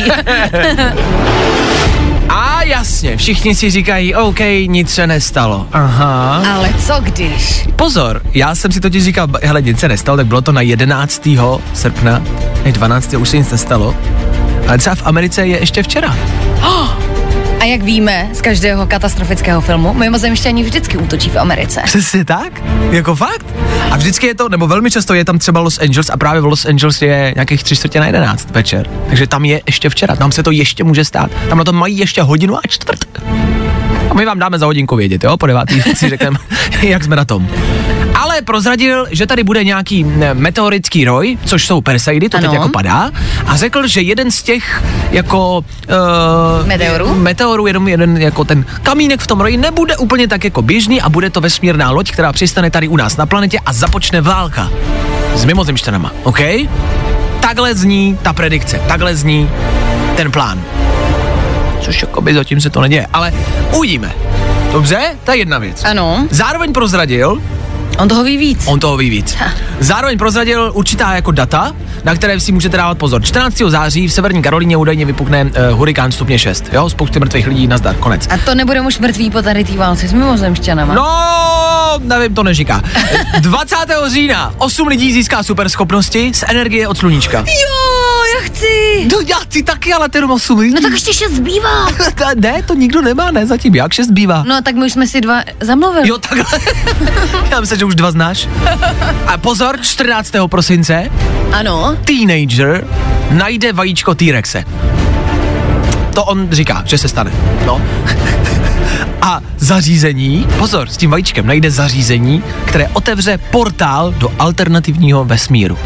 A jasně, všichni si říkají, OK, nic se nestalo. Aha. Ale co když? Pozor, já jsem si totiž říkal, hele, nic se nestalo, tak bylo to na jedenáctého srpna, ne, dvanáctého už se nic nestalo, ale třeba v Americe je ještě včera. Oh. A jak víme z každého katastrofického filmu, mimozemšťani vždycky útočí v Americe. Přesně tak? Jako fakt? A vždycky je to, nebo velmi často je tam třeba Los Angeles a právě v Los Angeles je nějakých tři čtvrtě na jedenáct večer. Takže tam je ještě včera, tam se to ještě může stát. Tam na to mají ještě hodinu a čtvrt. A my vám dáme za hodinku vědět, jo? Po devátý si řekneme, jak jsme na tom. Ale prozradil, že tady bude nějaký meteorický roj, což jsou Perseidy, to ano. Teď jako padá, a řekl, že jeden z těch jako uh, meteorů, meteorů jenom jeden jako ten kamínek v tom roji nebude úplně tak jako běžný a bude to vesmírná loď, která přistane tady u nás na planetě a započne válka s mimozemšťanama, OK? Takhle zní ta predikce, takhle zní ten plán. Což jakoby zatím se to neděje, ale uvidíme. Dobře? To je jedna věc. Ano. Zároveň prozradil, On toho ví víc. On toho ví víc. Ha. Zároveň prozradil určitá jako data, na které si můžete dávat pozor. čtrnáctého září v Severní Karolíně údajně vypukne uh, hurikán stupně šest. Jo, spousty mrtvých lidí, nazdar, konec. A to nebudeme už mrtví po tady tý válce s mimozemšťanama. No, nevím, to neříká. dvacátého října osm lidí získá superschopnosti z energie od sluníčka. Jo, já chci. No já chci taky, ale ten osm lidí. No tak ještě šest zbývá. Ne, to nikdo nemá, ne, zatím jak šest zbývá. No tak my už jsme si dva zamluvili. Jo, takhle. Já myslím, že už dva znáš. A pozor, čtrnáctého prosince. Ano. Teenager najde vajíčko T-Rexe. To on říká, že se stane. No. A zařízení, pozor, s tím vajíčkem najde zařízení, které otevře portál do alternativního vesmíru.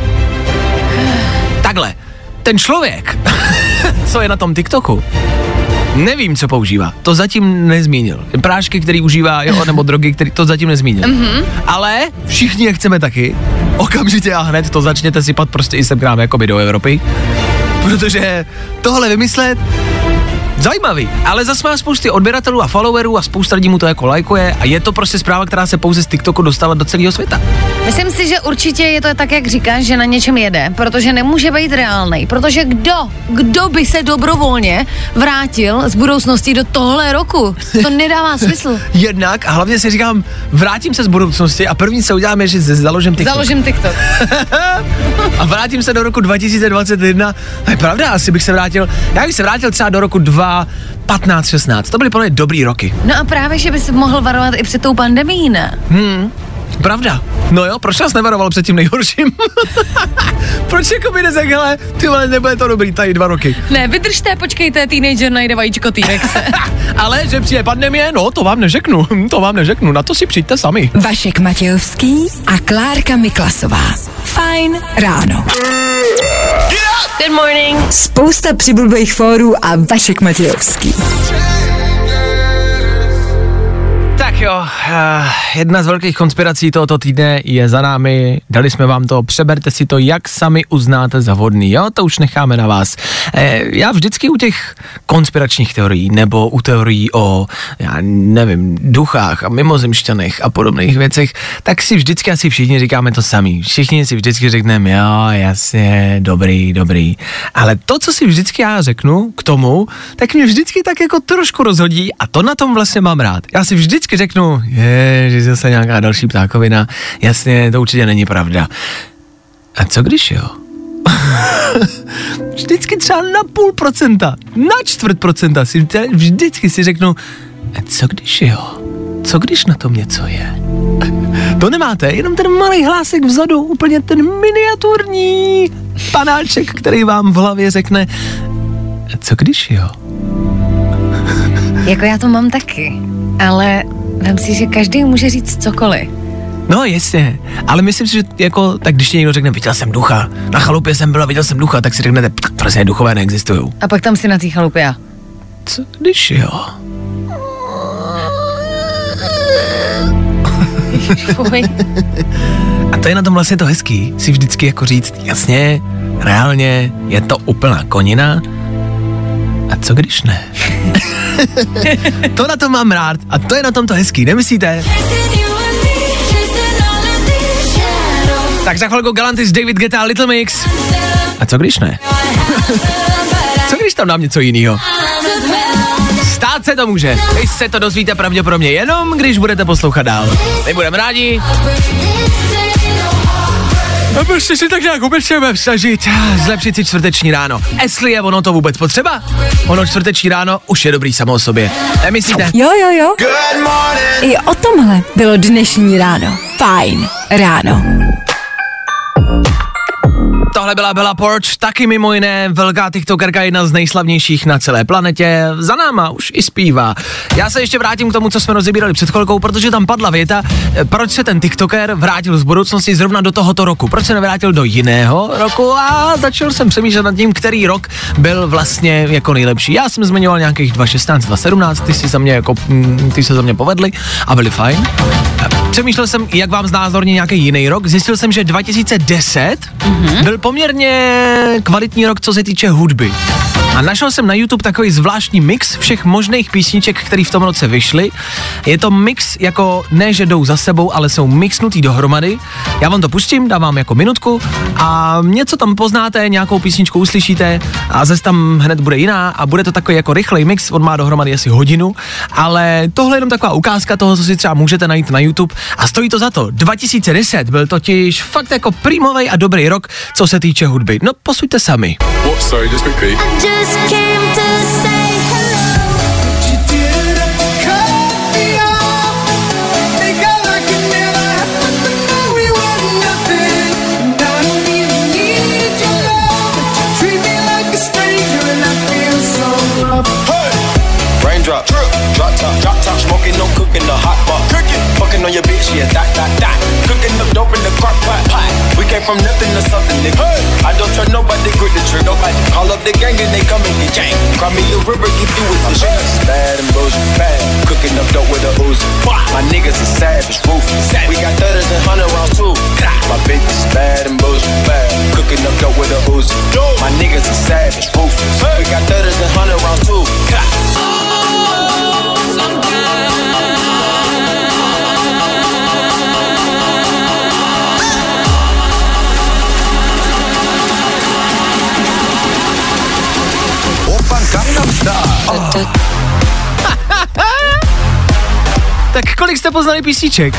Takhle, ten člověk, co je na tom TikToku, nevím, co používá, to zatím nezmínil. Prášky, který užívá, jo, nebo drogy, který to zatím nezmínil. Mm-hmm. Ale všichni, jak chceme taky, okamžitě a hned to začněte sypat prostě i sem k nám, jakoby do Evropy. Protože tohle vymyslet, zajímavý, ale zase má spousty odběratelů a followerů a spousta lidí mu to jako lajkuje a je to prostě zpráva, která se pouze z TikToku dostala do celého světa. Myslím si, že určitě je to tak, jak říkáš, že na něčem jede, protože nemůže být reálnej, protože kdo, kdo by se dobrovolně vrátil z budoucnosti do tohle roku? To nedává smysl. Jednak a hlavně si říkám, vrátím se z budoucnosti a první co udělám je, že založím TikTok. Založím TikTok. A vrátím se do roku dva tisíce dvacet jedna. To je pravda, asi bych se vrátil, já bych se vrátil třeba do roku dva patnáct šestnáct. To byly plně dobrý roky. No a právě, že by se mohl varovat i před tou pandemií, ne? Hmm, pravda. No jo, proč nás nevaroval před tím nejhorším? Proč jako by neřekl, hele, ty vole, nebude to dobrý tady dva roky. Ne, vydržte, počkejte, teenager najde vajíčko T-Rexe. Ale že přijde pandemie, no to vám neřeknu, to vám neřeknu, na to si přijďte sami. Vašek Matějovský a Klárka Miklasová. Fajn ráno. Good morning. Spousta přibulbých fórů a Vašek Matějovský. jo, jedna z velkých konspirací tohoto týdne je za námi, dali jsme vám to, přeberte si to, jak sami uznáte za vhodný, jo, to už necháme na vás. Já vždycky u těch konspiračních teorií, nebo u teorií o, já nevím, duchách a mimozemšťanech a podobných věcech, tak si vždycky asi všichni říkáme to samý. Všichni si vždycky řekneme, jo, jasně, dobrý, dobrý. Ale to, co si vždycky já řeknu k tomu, tak mě vždycky tak jako trošku rozhodí a to na tom vlastně mám rád. Já si vždycky řeknu, je, že zase nějaká další ptákovina, jasně, to určitě není pravda. A co když jo? Vždycky třeba na půl procenta, na čtvrt procenta si vždycky si řeknu, a co když jo? Co když na tom něco je? To nemáte, jenom ten malý hlásek vzadu, úplně ten miniaturní panáček, který vám v hlavě řekne, a co když jo? Jako já to mám taky, ale vem si, že každý může říct cokoliv. No jasně, ale myslím si, že jako, tak když ti někdo řekne, viděl jsem ducha, na chalupě jsem byl a viděl jsem ducha, tak si řeknete, prostě duchové neexistujou. A pak tam si na té chalupě. Co když jo? A to je na tom vlastně to hezký, si vždycky jako říct, jasně, reálně, je to úplná konina, a co když ne? To na tom mám rád a to je na tom to hezký, nemyslíte? Tak za chvilku Galantis, David Guetta, Little Mix. A co když ne? Co když tam dám něco jinýho? Stát se to může. Vy se to dozvíte pravděpodobně jenom, když budete poslouchat dál. My budeme rádi. A prostě si tak nějak obecně snažit zlepšit si čtvrteční ráno. Jestli je ono to vůbec potřeba? Ono čtvrteční ráno už je dobrý samo o sobě. Nemyslíte? Jo, jo, jo. I o tomhle bylo dnešní ráno. Fajn ráno. Tohle byla Bella Poarch, taky mimo jiné velká tiktokerka, jedna z nejslavnějších na celé planetě, za náma už i zpívá. Já se ještě vrátím k tomu, co jsme rozebírali před chvilkou, protože tam padla věta, proč se ten tiktoker vrátil z budoucnosti zrovna do tohoto roku, proč se nevrátil do jiného roku a začal jsem přemýšlet nad tím, který rok byl vlastně jako nejlepší. Já jsem zmiňoval nějakých dva šestnáct, dva sedmnáct, ty si za mě jako, ty se za mě povedli a byli fajn. Přemýšlel jsem, jak vám znázorně nějaký jiný rok, zjistil jsem, že dva tisíce deset mm-hmm. byl poměrně kvalitní rok, co se týče hudby. A našel jsem na YouTube takový zvláštní mix všech možných písniček, které v tom roce vyšly. Je to mix jako ne, že jdou za sebou, ale jsou mixnutý dohromady. Já vám to pustím, dám vám jako minutku a něco tam poznáte, nějakou písničku uslyšíte a zase tam hned bude jiná a bude to takový jako rychlej mix, on má dohromady asi hodinu, ale tohle je jenom taková ukázka toho, co si třeba můžete najít na YouTube a stojí to za to. dva tisíce deset byl totiž fakt jako prímovej a dobrý rok, co se týče hudby. No posuďte sami. What, sorry, just quickly. Drop, drop top, drop top, smoking, no cooking, the hot pot, cooking, fucking on your bitch, yeah, that, that, that, cooking the dope in the crock pot, pot. We came from nothing to something, nigga. Hey. I don't trust nobody, grip the trigger. Nobody call up the gang and they come and get gang. Cry me a river, get through with this shit. Bad and bullshit, bad, cooking up dope with a Uzi. My niggas is savage, ruthless. We got thudders and hundred rounds too. My bitch is bad and bullshit, bad, cooking up dope with a Uzi. My niggas is savage, ruthless. We got thudders and hundred rounds too. Tak kolik jste poznali písniček?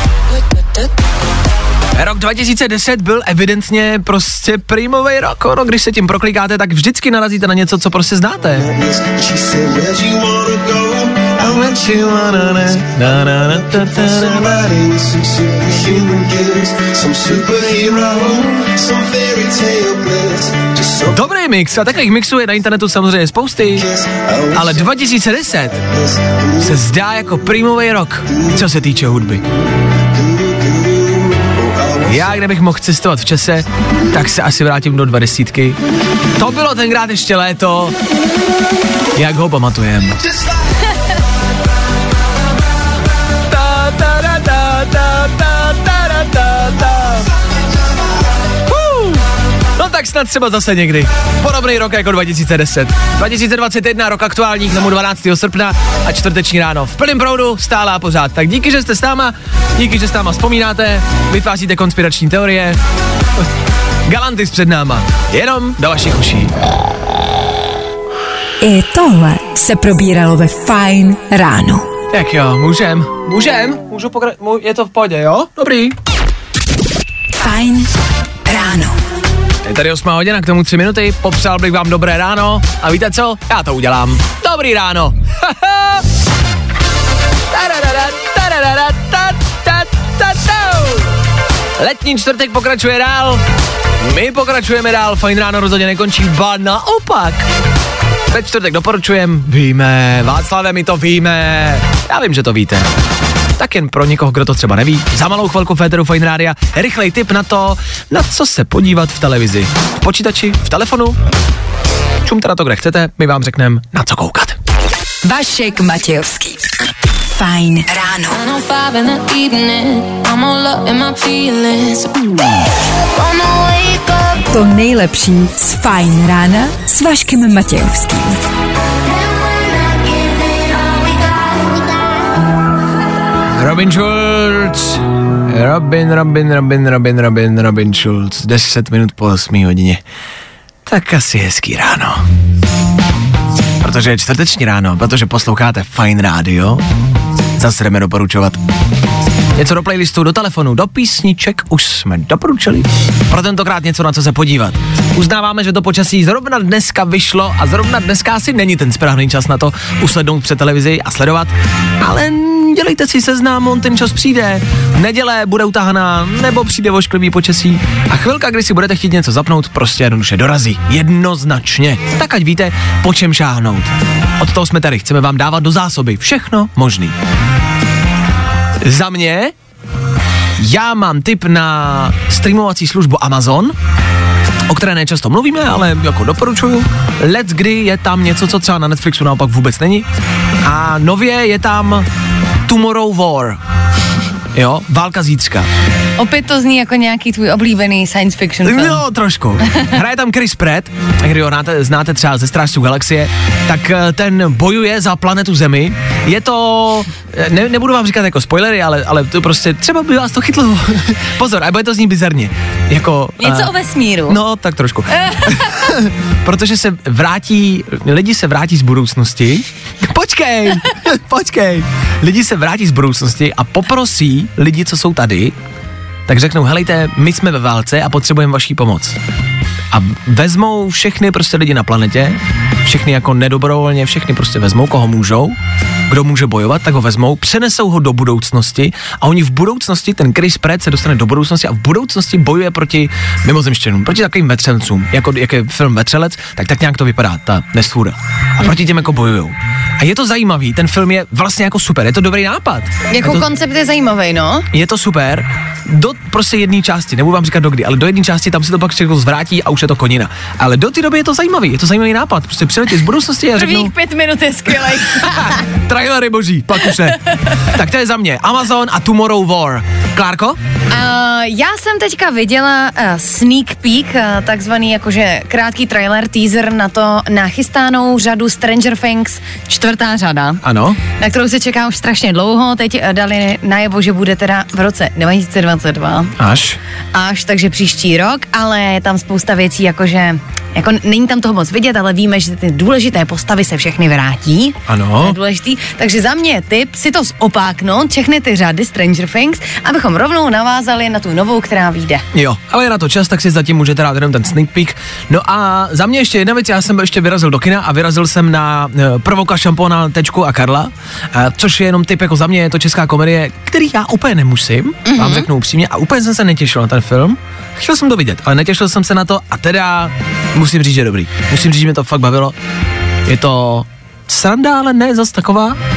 Rok dva tisíce deset byl evidentně prostě prímovej rok, no, když se tím proklikáte, tak vždycky narazíte na něco, co prostě znáte. Dobrý mix, a takových mixů je na internetu samozřejmě spousty, ale dva tisíce deset se zdá jako prímovej rok, co se týče hudby. Já, kdybych mohl cestovat v čase, tak se asi vrátím do dvadesítky. To bylo tenkrát ještě léto, jak ho pamatujem. ta, ta, ta, ta, ta. Uh. No tak snad třeba zase někdy. Podobný rok jako dva tisíce deset. dva tisíce dvacet jedna, rok aktuální, k tomu dvanáctého srpna a čtvrteční ráno. V plném proudu, stále a pořád. Tak díky, že jste s náma, díky, že s náma vzpomínáte, vytváříte konspirační teorie. Galantis před náma, jenom do vašich uší. I tohle se probíralo ve Fajn ráno. Tak jo, můžem, můžem, můžu pokračovat, je to v pohodě, jo? Dobrý. Fajn ráno. Je tady osmá hodina, k tomu tři minuty, popřál bych vám dobré ráno a víte co? Já to udělám. Dobrý ráno. Letní čtvrtek pokračuje dál, my pokračujeme dál, Fajn ráno rozhodně nekončí, ba naopak. Ve čtvrtek doporučujem, víme, Václave, my to víme, já vím, že to víte. Tak jen pro někoho, kdo to třeba neví, za malou chvilku Féteru Fajn rádia, rychlej tip na to, na co se podívat v televizi. V počítači, v telefonu, čumte na to, kde chcete, my vám řekneme, na co koukat. Vašek Matějovský. Fajn ráno. To nejlepší z Fajn rána s Vaškem Matějovským. Robin Schulz, Robin, Robin, Robin, Robin, Robin, Robin Schulz, deset minut po osmé hodině. Tak asi hezký ráno. Protože je čtvrteční ráno, protože posloucháte Fajn rádio, zase jdeme doporučovat. Něco do playlistu, do telefonu, do písniček už jsme doporučili. Pro tentokrát něco, na co se podívat. Uznáváme, že to počasí zrovna dneska vyšlo a zrovna dneska asi není ten správný čas na to uslednout před televizi a sledovat, ale dělejte si seznam, on ten čas přijde. Neděle bude utahaná, nebo přijde ošklivý počasí a chvilka, kdy si budete chtít něco zapnout, prostě jednoduše dorazí. Jednoznačně. Tak ať víte, po čem šáhnout. Od toho jsme tady, chceme vám dávat do zásoby všechno možný. Za mě, já mám tip na streamovací službu Amazon, o které nečasto mluvíme, ale jako doporučuju. Let kdy je tam něco, co třeba na Netflixu naopak vůbec není. A nově je tam Tomorrow War. Jo, válka zítřka. Opět to zní jako nějaký tvůj oblíbený science fiction film. No, trošku. Hraje tam Chris Pratt, který ho znáte, znáte třeba ze Strážců galaxie, tak ten bojuje za planetu Zemi. Je to, ne, nebudu vám říkat jako spoilery, ale, ale to prostě, třeba by vás to chytlo. Pozor, a bude to zní bizarně. Jako, něco uh, o vesmíru. No, tak trošku. Protože se vrátí, lidi se vrátí z budoucnosti. Počkej, počkej. Lidi se vrátí z budoucnosti a poprosí lidi, co jsou tady, tak řeknou, helejte, my jsme ve válce a potřebujeme vaší pomoc. A vezmou všechny prostě lidi na planetě, všechny jako nedobrovolně, všechny prostě vezmou, koho můžou, kdo může bojovat, tak ho vezmou, přenesou ho do budoucnosti a oni v budoucnosti, ten Chris Pratt se dostane do budoucnosti a v budoucnosti bojuje proti mimozemštěnům, proti takovým vetřelcům, jako jak je film Vetřelec, tak tak nějak to vypadá, ta nestvůra. A proti těm jako bojujou. A je to zajímavý, ten film je vlastně jako super, je to dobrý nápad. Jako je to, koncept je zajímavý, no. Je to super, do prostě jedné části, nebudu vám říkat do kdy, ale do jedné části tam se to pak všechno zvrátí a už je to konina. Ale do té doby je to zajímavý, je to zajímavý nápad, prostě přiletět z budoucnosti a řeknou... Prvních pět minut je skvělej. Trailery boží, pak už ne. Tak to je za mě Amazon a Tomorrow War. Klárko? Uh, já jsem teďka viděla uh, sneak peek, uh, takzvaný jakože krátký trailer, teaser na to nachystánou řadu Stranger Things, čtvrtá řada. Ano. Na kterou se čeká už strašně dlouho, teď uh, dali najevo, že bude teda v roce dva tisíce dvacet dva. Až. Až, takže příští rok, ale je tam spousta věcí, jakože, jako není tam toho moc vidět, ale víme, že ty důležité postavy se všechny vrátí. Ano. To je důležitý, takže za mě tip si to zopáknout, všechny ty řady Stranger Things, abychom rovnou navázali na tu novou, která vyjde. Jo, ale je na to čas, tak si zatím můžete dát jenom ten sneak peek. No a za mě ještě jedna věc, já jsem ještě vyrazil do kina a vyrazil jsem na uh, Provoka, Šampona, Tečku a Karla, uh, což je jenom tip jako za mě, je to česká komedie, který já úplně nemusím, mm-hmm. vám řeknu upřímně, a úplně jsem se netěšil na ten film. Chtěl jsem to vidět, ale netěšil jsem se na to a teda musím říct, že je dobrý. Musím říct, že mě to fakt bavilo. Je to sranda, ale ne zas taková.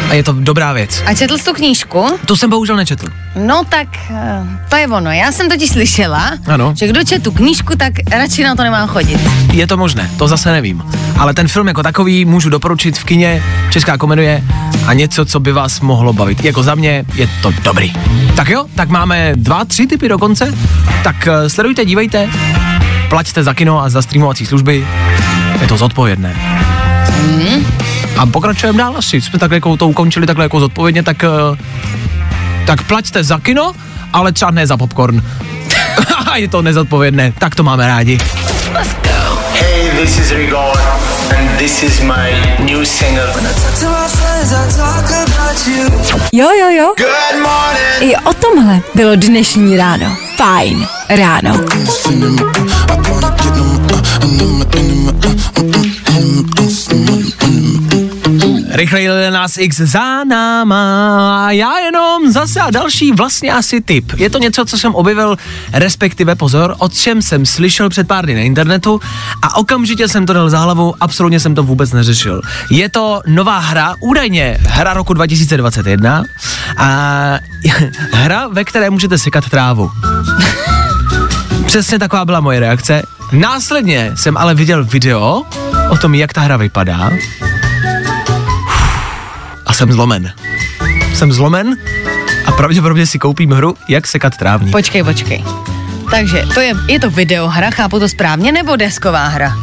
A je to dobrá věc. A četl jsi tu knížku? Tu jsem bohužel nečetl. No tak, to je ono. Já jsem totiž slyšela, ano. že kdo čet tu knížku, tak radši na to nemá chodit. Je to možné, to zase nevím. Ale ten film jako takový můžu doporučit v kině, česká komedie a něco, co by vás mohlo bavit. Jako za mě je to dobrý. Tak jo, tak máme dva, tři typy dokonce. Tak uh, sledujte, dívejte, plaťte za kino a za streamovací služby. Je to zodpovědné. Mm. A pokračujeme dál asi. Jsme takhle jako to ukončili takhle jako zodpovědně, tak uh, tak plaťte za kino, ale třeba ne za popcorn. Je to nezodpovědné, tak to máme rádi. Let's go. Hey, this is Rigor and this is my new single. Jo, jo, jo. Good morning. I o tomhle bylo dnešní ráno. Fajn ráno. Rychlej Lil Nas X za náma a já jenom zase a další vlastně asi tip. Je to něco, co jsem objevil, respektive pozor, o čem jsem slyšel před pár dny na internetu a okamžitě jsem to dal za hlavu, absolutně jsem to vůbec neřešil. Je to nová hra, údajně hra roku dva tisíce dvacet jedna a hra, ve které můžete sekat trávu. Přesně taková byla moje reakce. Následně jsem ale viděl video o tom, jak ta hra vypadá. A jsem zlomen. Jsem zlomen a pravděpodobně si koupím hru, jak sekat trávník. Počkej, počkej. Takže to je, je to videohra, chápu to správně, nebo desková hra?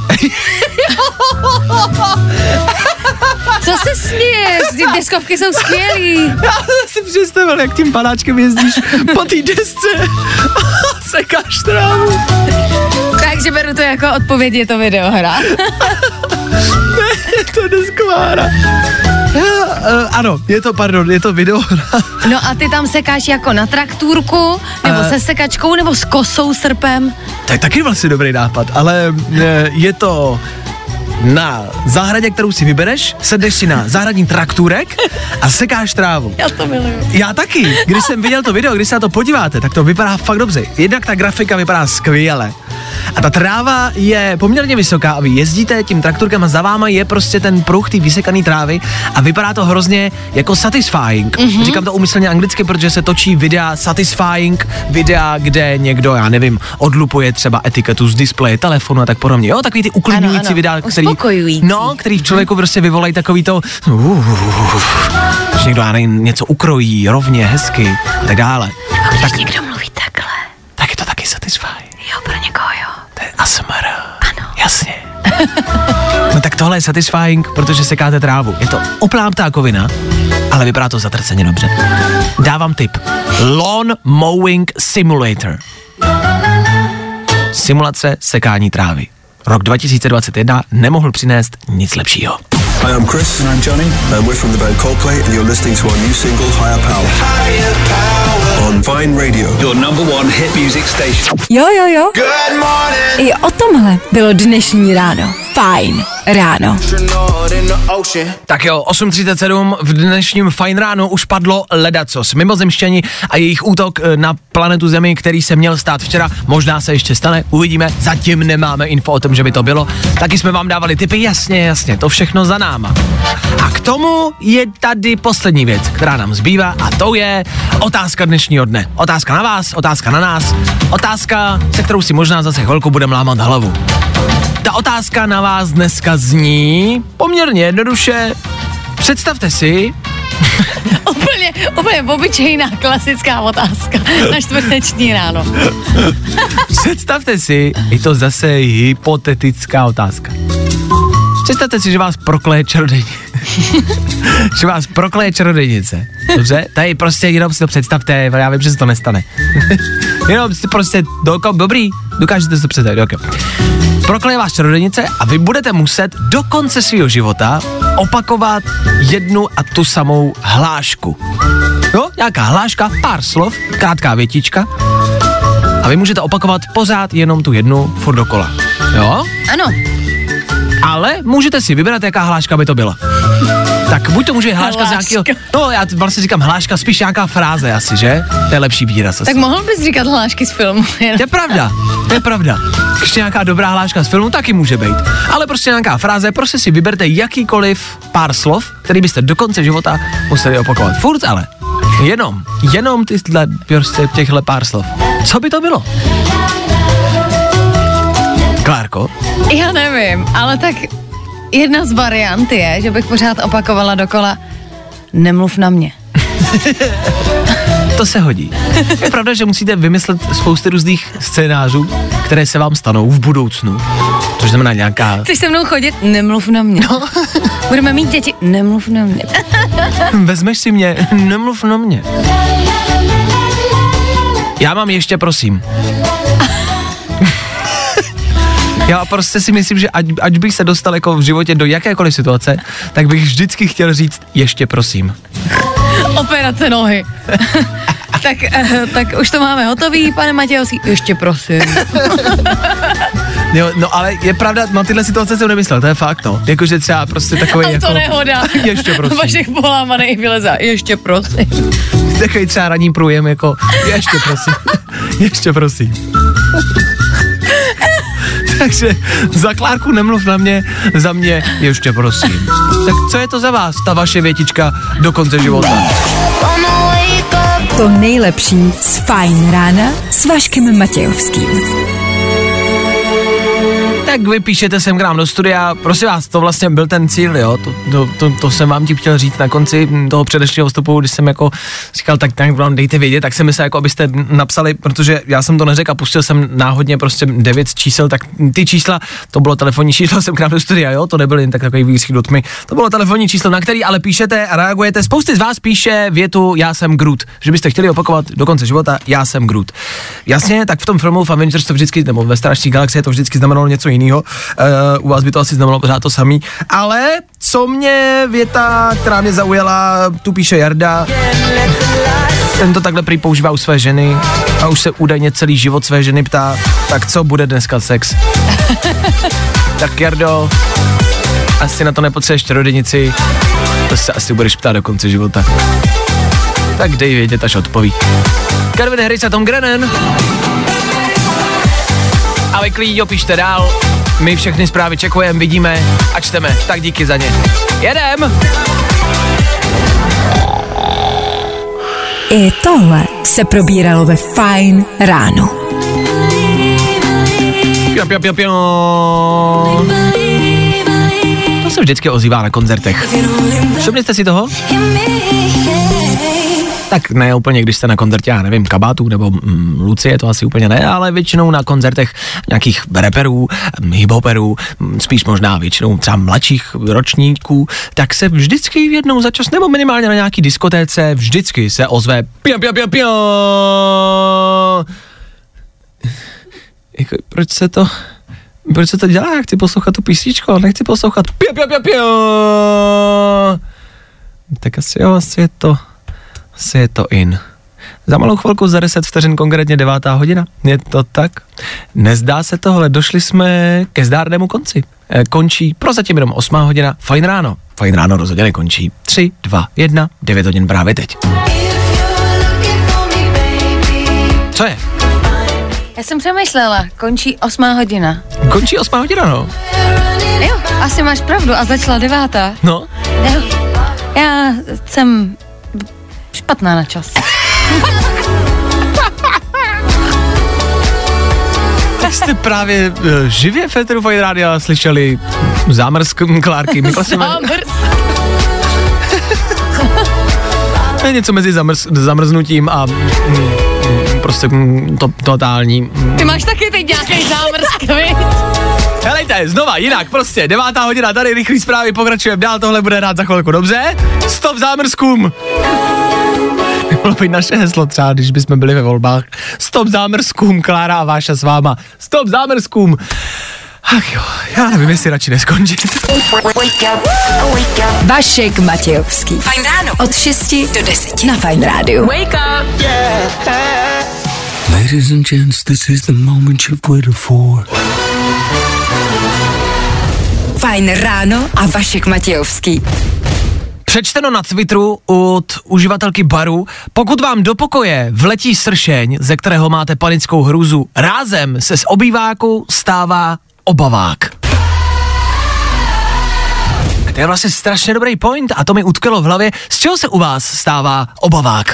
Co se směješ? Ty deskovky jsou skvělý. Já si představil, jak tím panáčkem jezdíš po té desce a sekáš trávu. Takže beru to jako odpověď, je to videohra. Ne, je to desková hra. Já, uh, ano, je to, pardon, je to videohra. No a ty tam sekáš jako na traktůrku, nebo uh, se sekačkou, nebo s kosou, srpem? To je taky vlastně dobrý nápad, ale uh, je to na zahradě, kterou si vybereš, sedneš si na zahradní traktůrek a sekáš trávu. Já to miluju. Já taky. Když jsem viděl to video, když se na to podíváte, tak to vypadá fakt dobře. Jednak ta grafika vypadá skvěle. A ta tráva je poměrně vysoká a vy jezdíte tím traktorkem a za váma je prostě ten pruh té vysekaný trávy a vypadá to hrozně jako satisfying. Mm-hmm. Říkám to úmyslně anglicky, protože se točí videa satisfying, videa, kde někdo, já nevím, odlupuje třeba etiketu z displeje telefonu a tak podobně. Jo, takový ty uklidňující videa, který, no, který v člověku prostě vyvolají takový to, že někdo, já nevím, něco ukrojí rovně, hezky a tak dále. A když tak, někdo mluví takhle, tak je to taky satisfying. Jo, pro někoho jo. To je A S M R. Ano. Jasně. No tak tohle je satisfying, protože sekáte trávu. Je to úplná ptákovina, ale vypadá to zatrceně dobře. Dávám tip. Lawn Mowing Simulator. Simulace sekání trávy. Rok dva tisíce dvacet jedna nemohl přinést nic lepšího. Hi, I'm Chris. And I'm Johnny. And we're from the band Coldplay, and you're listening to our new single, Higher Power. Higher Power. On Vine Radio. Your number one hit music station. Jo, jo, jo. Good morning. I o tomhle bylo dnešní ráno. Fajn ráno. Tak jo, osm třicet sedm v dnešním Fajn ráno už padlo ledacos. Mimozemšťani a jejich útok na planetu Zemi, který se měl stát včera, možná se ještě stane, uvidíme, zatím nemáme info o tom, že by to bylo. Taky jsme vám dávali tipy, jasně, jasně, to všechno za náma. A k tomu je tady poslední věc, která nám zbývá a to je otázka dnešního dne. Otázka na vás, otázka na nás, otázka, se kterou si možná zase chvilku budeme lámat hlavu. Ta otázka na vás dneska zní poměrně jednoduše. Představte si... úplně, úplně obyčejná klasická otázka na čtvrteční ráno. Představte si, je to zase hypotetická otázka. Představte si, že vás prokleje čarodějnice. že vás prokleje čarodějnice. Dobře? Tady prostě jenom si to představte, já vím, že se to nestane. jenom si prostě, do, dobrý, dokážete si to představit, okay. Prokleje vás čarodějnice a vy budete muset do konce svého života opakovat jednu a tu samou hlášku. Jo, nějaká hláška, pár slov, krátká větička a vy můžete opakovat pořád jenom tu jednu furt dokola. Jo? Ano. Ale můžete si vybrat, jaká hláška by to byla. Tak buď to může být hláška, hláška. z nějakého, no já vlastně říkám hláška, spíš nějaká fráze asi, že? To je lepší výraz asi. Tak mohl bys říkat hlášky z filmu. To je pravda, to je pravda. Ještě nějaká dobrá hláška z filmu taky může být. Ale prostě nějaká fráze, prostě si vyberte jakýkoliv pár slov, který byste do konce života museli opakovat. Furt ale. Jenom, jenom tyhle, prostě těchhle pár slov. Co by to bylo? Klárko? Já nevím, ale tak jedna z variant je, že bych pořád opakovala dokola nemluv na mě. To se hodí. Je pravda, že musíte vymyslet spousty různých scénářů, které se vám stanou v budoucnu. To znamená nějaká... Chceš se mnou chodit? Nemluv na mě. No. Budeme mít děti? Nemluv na mě. Vezmeš si mě? Nemluv na mě. Já mám ještě, prosím. Já prostě si myslím, že ať, ať bych se dostal jako v životě do jakékoliv situace, tak bych vždycky chtěl říct ještě prosím. Operace nohy. tak, uh, tak už to máme hotový, pane Matějovský. Ještě prosím. Jo, no ale je pravda, na tyhle situace jsem nemyslel, to je fakt, no. Jakože třeba prostě takový Auto jako... nehoda. Ještě prosím. Vašich polámaných vylezá. Ještě prosím. Takový třeba ranní průjem jako ještě prosím. Ještě prosím. Takže za Klárku nemluv na mě, za mě ještě prosím. Tak co je to za vás, ta vaše větička do konce života? To nejlepší z Fajn rána s Vaškem Matějovským. Tak vy píšete sem k nám do studia, prosím vás, to vlastně byl ten cíl, jo, to, to, to, to jsem vám ti chtěl říct na konci toho předešlého vstupu, když jsem jako říkal, tak tak vám dejte vědět, tak jsem myslel, jako abyste napsali, protože já jsem to neřekl a pustil jsem náhodně prostě devět čísel, tak ty čísla, to bylo telefonní číslo jsem k nám do studia, jo, to nebyl jen tak takový výský do tmy, to bylo telefonní číslo, na který ale píšete a reagujete, spousty z vás píše větu já jsem Groot, že byste chtěli opakovat do konce života já jsem Groot. Jasně, tak v tom filmu v Avengers to vždycky, nebo ve Strážcích galaxie to vždycky znamenalo něco jiného. Uh, u vás by to asi znamenalo pořád to samý. Ale co mě věta, která mě zaujala, tu píše Jarda. Ten to takhle prý používá u své ženy a už se údajně celý život své ženy ptá, tak co bude dneska sex? Tak Jardo, asi na to nepotřebuješ čarodějnici, to se asi budeš ptát do konce života. Tak dej vědět, až odpoví. Calvin Harris a Tom Grennan. A vy klidně píšte dál, my všechny zprávy čekujeme, vidíme a čteme, tak díky za ně. Jedem! I tohle se probíralo ve Fajn ráno. Pio, pio, pio, pio. To se vždycky ozývá na koncertech. Všimli jste si toho? Tak ne úplně, když jste na koncertě, já nevím, Kabátů nebo mm, Lucie, to asi úplně ne, ale většinou na koncertech nějakých rapperů, hiphoperů, spíš možná většinou třeba mladších ročníků, tak se vždycky jednou za čas, nebo minimálně na nějaký diskotéce, vždycky se ozve pia, pia, pia, pia. Jako, proč se to... Proč se to dělá? Já chci poslouchat tu písničku, nechci poslouchat pia, pia, pia, pia. Tak asi jo, asi je to... Asi je to in. Za malou chvilku, za deset vteřin, konkrétně devátá hodina. Je to tak? Nezdá se tohle, došli jsme ke zdárnému konci. E, končí prozatím jenom osmá hodina, Fajn ráno. Fajn ráno rozhodně nekončí. tři, dva, jedna, devět hodin právě teď. Co je? Já jsem přemýšlela, končí osmá hodina. Končí osmá hodina, no. Jo, asi máš pravdu a začala devátá. No. Jo, já jsem... špatná na čas. Tak jste právě uh, živě v éteru Fajn rádia slyšeli zámrsk Klárky Miklasové. Zámrsk. To je něco mezi zamrz, zamrznutím a mm, prostě mm, to, totální. Mm. Ty máš taky teď nějaký zámrsk, viď? Helejte, znova, jinak, prostě, devátá hodina, tady rychlý zprávy, pokračujeme dál, tohle bude rád za chvilku, dobře? Stop zámrskům! Bylo by naše heslo třeba, když bychom byli ve volbách. Stop zámrskům, Klára a Váša s váma. Stop zámrskům! Ach jo, já nevím, jestli radši neskončit. Vašek Matějovský. Fajn ráno. Od šesti do deseti na Fajn rádiu. Wake up! Yeah. Ladies and gents, this is the moment you've waited for. Fajn ráno a Vašek Matějovský. Přečteno na Twitteru od uživatelky baru, pokud vám do pokoje vletí sršeň, ze kterého máte panickou hrůzu, rázem se z obýváku stává obavák. To je vlastně strašně dobrý point a to mi utkalo v hlavě, z čeho se u vás stává obavák.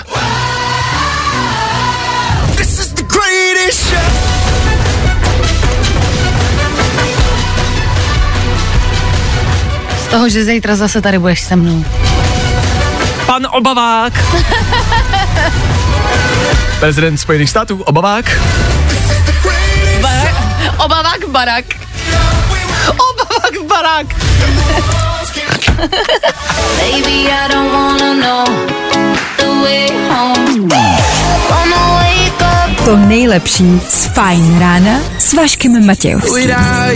Z toho, že zítra zase tady budeš se mnou. Pan obavák. Prezident Spojených států, obavák. Barak. Obavák barak. Obavák barák. Baby, I don't wanna know the way home. Gonna wake up. To nejlepší z Fajn rána s Vaškem Matějovským.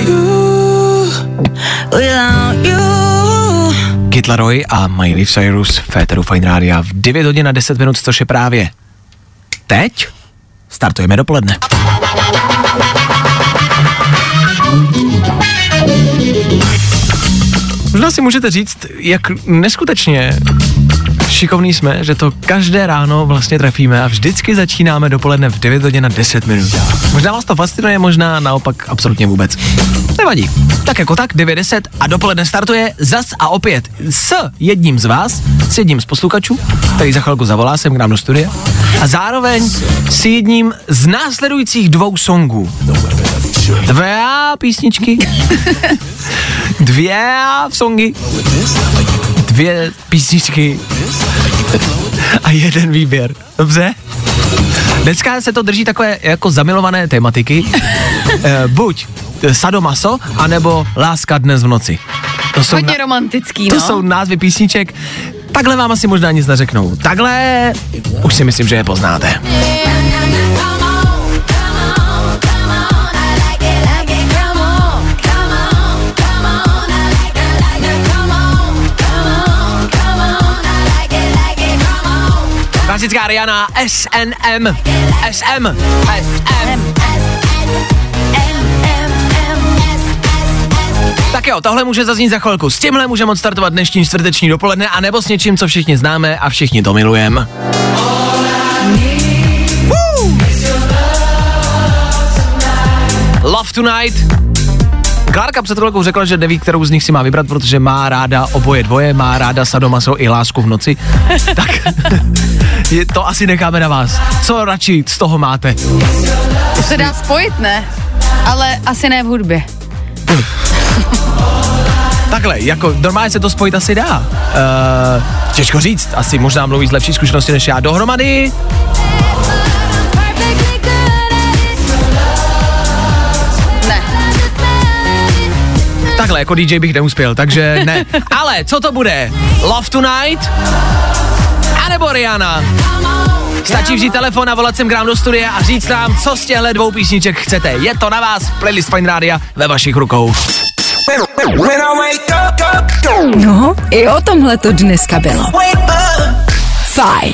Kid Laroi a Miley Cyrus v éteru Fajn rádia v devět hodin a deset minut, což je právě teď. Startujeme dopoledne. Možná si můžete říct, jak neskutečně šikovní jsme, že to každé ráno vlastně trefíme a vždycky začínáme dopoledne v devět hodin a deset minut. Možná vás to fascinuje, možná naopak absolutně vůbec. Nevadí. Tak jako tak, devět deset a dopoledne startuje zas a opět s jedním z vás, s jedním z posluchačů, který za chvilku zavolá sem k nám do studia, a zároveň s jedním z následujících dvou songů. Dvě písničky, dvě songy, dvě písničky a jeden výběr. Dobře? Dneska se to drží takové jako zamilované tematiky. e, buď sadomaso, anebo láska dnes v noci. To jsou Hodně na, romantický, no. To jsou názvy písniček. Takhle vám asi možná nic neřeknou. Takhle už si myslím, že je poznáte. Klasická Rihanna, S N M, S M, S M. Tak jo, tohle může zaznít za chvilku. S tímhle můžeme odstartovat dnešní čtvrteční dopoledne, a nebo s něčím, co všichni známe a všichni to milujeme. Love Tonight. Klárka před chvilkou řekla, že neví, kterou z nich si má vybrat, protože má ráda oboje dvoje, má ráda sadomaso i lásku v noci. Tak je, to asi necháme na vás. Co radši z toho máte? To se dá spojit, ne? Ale asi ne v hudbě. Takhle, jako normálně se to spojit asi dá. Uh, těžko říct, asi možná mluví z lepší zkušenosti než já. Dohromady. Ne. Takhle, jako D J bych neuspěl, takže ne. Ale co to bude? Love Tonight? A nebo Rihanna? Stačí vzít telefon a volat sem k nám do studia a říct nám, co z těchto dvou písniček chcete. Je to na vás, playlist Fajn rádia ve vašich rukou. No, i o tomhle to dneska bylo. Fajn.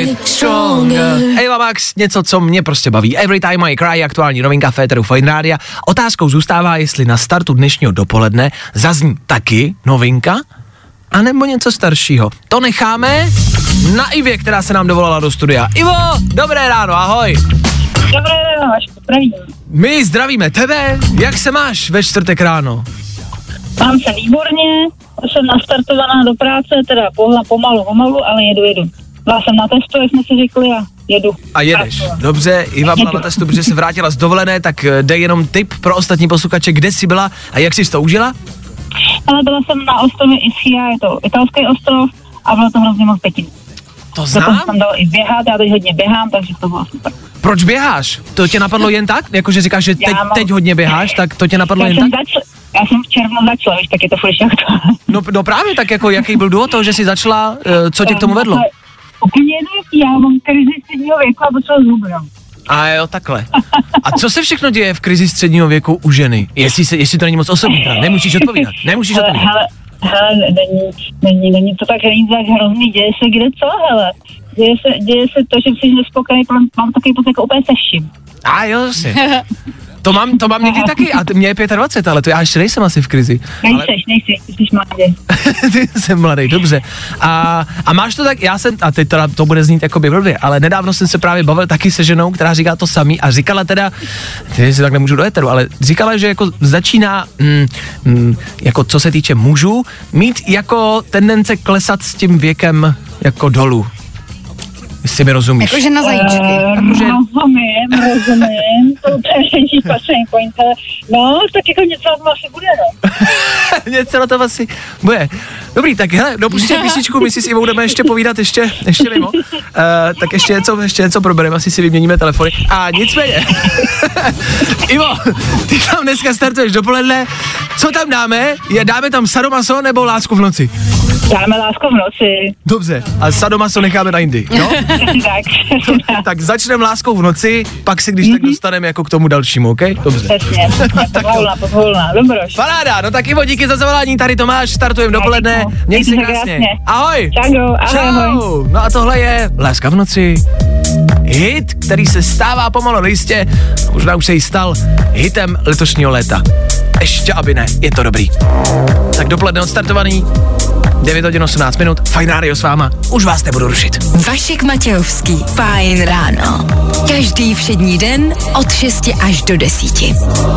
Eva Max, něco, co mě prostě baví. Every Time I Cry, aktuální novinka féteru Fajn rádia. Otázkou zůstává, jestli na startu dnešního dopoledne zazní taky novinka, anebo něco staršího. To necháme na Ivě, která se nám dovolala do studia. Ivo, dobré ráno, ahoj. Dobré ráno, Vašku, zdravím. My zdravíme tebe, jak se máš ve čtvrtek ráno? Mám se výborně, jsem nastartovaná do práce, teda pohla pomalu, pomalu, ale jedu, jedu. Byla jsem na testu, jak jsme si řekli, a jedu. A jedeš, dobře, Iva byla na testu, protože se vrátila z dovolené, tak dej jenom tip pro ostatní posluchače, kde jsi byla a jak jsi to užila? Ale byla jsem na ostrově Ischia, je to italský ostrov, a bylo tam hrozně moc pěkný. To znám. Dokonce jsem dal i běhat, já teď hodně běhám, takže to bylo super. Proč běháš? To tě napadlo jen tak? Jakože říkáš, že teď, mám... teď hodně běháš, tak to tě napadlo já jen jsem tak? Začala, já jsem v červnu začala, víš, tak je to furt aktuální. No, no právě, tak jako jaký byl důvod toho, že jsi začala, co tě k tomu vedlo? Úplně jednoduchý, já mám krizi středního věku a potřebuji zhubnout. A jo, takhle. A co se všechno děje v krizi středního věku u ženy? Jestli, se, jestli to není moc osobní, nemusíš odpovídat, nemusíš hele, odpovídat. Hele, hele, není, není, není to tak, není tak hrozný, děje se kde co, hele. Děje se, děje se to, že jsi nespokojený, mám takový pocit jako úplně se vším. A jo, si. To mám, to mám někdy taky a mě je dvacet pět, ale to já ještě nejsem asi v krizi. Nejseš, ale... nejsi, ty jsi mladý. Ty jsem mladý, dobře. A, a máš to tak, já jsem, a teď teda to bude znít jako by blbě, ale nedávno jsem se právě bavil taky se ženou, která říká to samý a říkala teda, ty si tak nemůžu do éteru, ale říkala, že jako začíná, mm, mm, jako co se týče mužů, mít jako tendence klesat s tím věkem jako dolů. Jestli mi rozumíš. Jakože na zajíčky. Uh, Jakože... Rozumím, rozumím. To je passing point. No, tak jako něco na tom asi bude, no. Něco na tom asi bude. Dobrý, tak hele, dopustě písničku, my si s Ivou jdeme ještě povídat ještě, ještě mimo. Uh, tak ještě něco, ještě něco probereme, asi si vyměníme telefony. A nicméně, Ivo, ty tam dneska startuješ dopoledne, co tam dáme? Je, dáme tam sadomaso nebo lásku v noci? Dáme lásku v noci. Dobře, a sadomaso necháme na jindy, jo? tak. Tak začneme láskou v noci, pak si když mm-hmm. tak dostaneme jako k tomu dalšímu, ok? Dobře. Přesně, pozvolna, pozvolna, dobroš. Paráda, no tak Ivo, díky za zavolání, tady Tomáš, startujeme dopoledne, měj se krásně. Ahoj. Čau, ahoj, ahoj. No a tohle je Láska v noci. Hit, který se stává pomalu jistě, možná už se jí stal hitem letošního léta. Ještě aby ne, je to dobrý. Tak dopoledne odstartovaný, devět hodin osmnáct minut, Fajn rádio s váma, už vás nebudu rušit. Vašek Matějovský, Fajn ráno. Každý všední den od šesti až do desíti.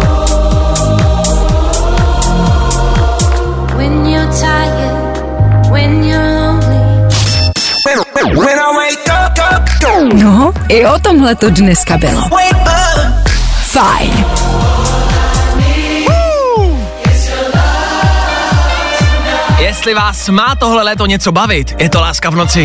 When you're tired, when you're lonely. No, i o tomhle to dneska bylo. Fajn. Jestli vás má tohle léto něco bavit, je to Láska v noci.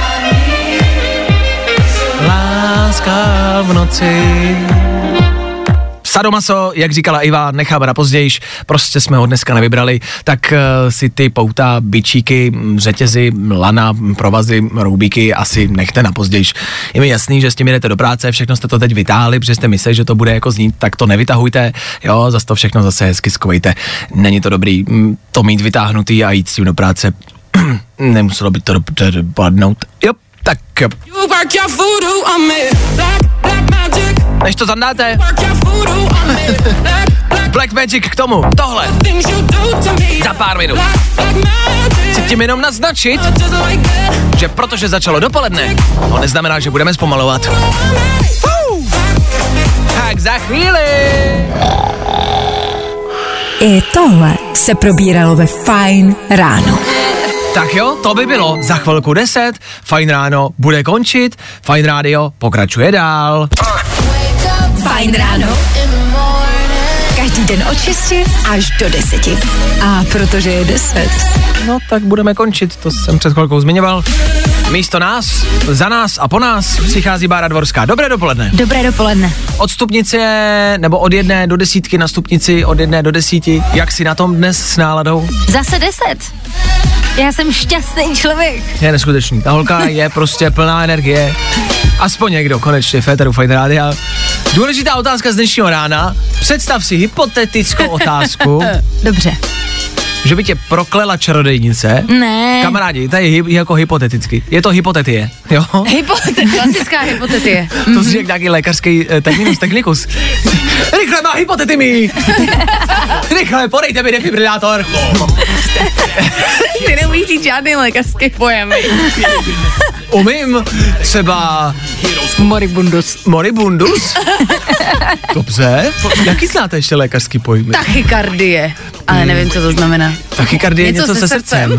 Láska v noci. Sadomaso, jak říkala Iva, necháme na pozdějiš, prostě jsme ho dneska nevybrali, tak uh, si ty pouta, bičíky, řetězy, lana, provazy, roubíky asi nechte na pozdějiš. Je mi jasný, že s tím jdete do práce, všechno jste to teď vytáhli, protože jste mysleli, že to bude jako znít, tak to nevytahujte, jo, zase to všechno zase hezky skovejte. Není to dobrý to mít vytáhnutý a jít s tím do práce. Nemuselo by to dobře dopadnout. Jo, tak jo. Než to zandáte, Black Magic k tomu, tohle, za pár minut. Chci tím jenom naznačit, že protože začalo dopoledne, to neznamená, že budeme zpomalovat. Tak za chvíli. I tohle se probíralo ve Fajn ráno. Tak jo, to by bylo za chvilku deset, Fajn ráno bude končit, Fajn rádio pokračuje dál. Fajn ráno. Každý den od šesti až do deseti. A protože je deset. No tak budeme končit, to jsem před chvilkou zmiňoval. Místo nás, za nás a po nás přichází Bára Dvorská. Dobré dopoledne. Dobré dopoledne. Od stupnice, nebo od jedné do desítky na stupnici, od jedné do desíti. Jak si na tom dnes s náladou? Zase deset. Já jsem šťastný člověk. Je neskutečný. Ta holka je prostě plná energie. Aspoň někdo, konečně, Féteru Fajn rádia. Důležitá otázka z dnešního rána. Představ si hypotetickou otázku. Dobře. Že by tě proklela čarodejnice. Ne. Kamarádi, to je hy, jako hypoteticky. Je to hypotetie, jo? Hypotet, klasická hypotetie. To si řekl nějaký lékařský eh, terminus technicus. Rychle má hypotetimy! Rychle, podejte mi defibrilátor. Ty neumíš říct žádný lékařský pojem. Umím třeba... Moribundus. Moribundus? Dobře. Jaký znáte ještě lékařský pojmy? Tachykardie. Ale nevím, co to znamená. Tachykardie je něco, něco se, se srdcem.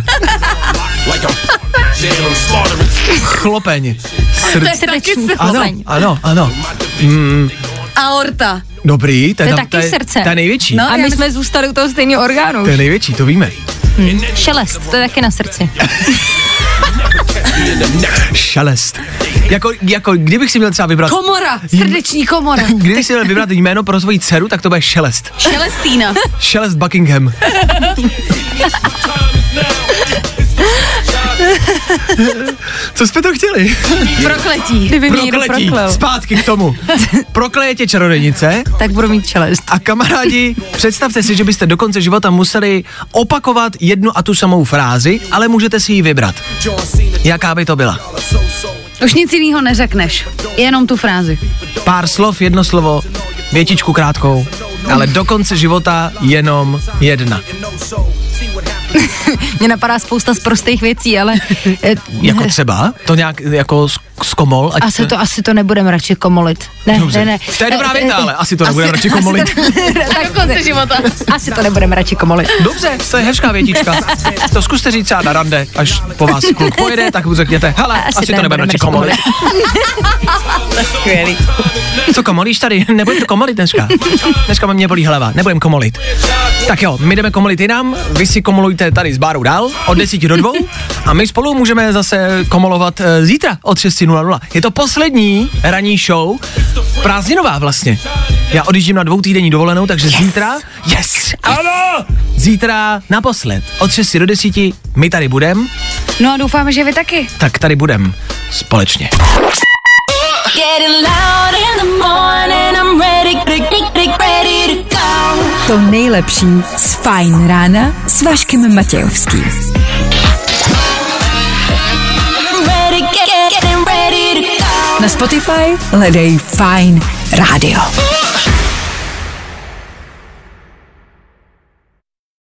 Chlopeň. Srd... To je srdeční chlopeň. Ano, ano, ano. Mm. Aorta. Dobrý, to je, to je tam, taky to je, srdce. To je největší. No a my jsme zůstali u toho stejného orgánu. To je největší, to víme. Hmm. Šelest, to je taky na srdci. Šelest. Jako, jako, kdybych si měl třeba vybrat... Komora, srdeční komora. Kdybych si měl vybrat jméno pro svoji dceru, tak to bude Šelest. Šelestína. Šelest Buckingham. Co jsme to chtěli? Prokletí. Kdyby mě někdo proklel. Zpátky k tomu. Prokleje tě čarodějnice. Tak budu mít čelest. A kamarádi, představte si, že byste do konce života museli opakovat jednu a tu samou frázi, ale můžete si ji vybrat. Jaká by to byla? Už nic jiného neřekneš. Jenom tu frázi. Pár slov, jedno slovo, větičku krátkou, ale do konce života jenom jedna. Mně napadá spousta z prostých věcí, ale... Jako třeba? To nějak jako zkomol? Ať asi to, asi to nebudeme radši komolit. Ne, Dobře. ne, ne. To je dobrá věta, ale asi to nebudeme radši asi komolit. To, tak do konce života. Asi to nebudeme radši komolit. Dobře, to je hezká větička. To zkuste říct třeba na rande, až po vás kluk pojede, tak mu řekněte, hele, asi, asi to nebudeme radši komolit. Skvělý. Co komolíš tady? Nebudem to komolit dneska. Dneska mě bolí hlava, nebudem komolit. Tak jo, my jdeme komolit jinam, vy si komolujte tady s Bárou dál, od deseti do dvou a my spolu můžeme zase komolovat e, zítra od šest nula nula. Je to poslední ranní show, prázdninová vlastně. Já odjíždím na dvoutýdenní dovolenou, takže zítra, yes, ano, zítra naposled, od šesti do deseti, my tady budem. No a doufáme, že vy taky. Tak tady budem, společně. To nejlepší z Fajn rána s Vaškem Matějovským. Na Spotify hledej Fajn rádio.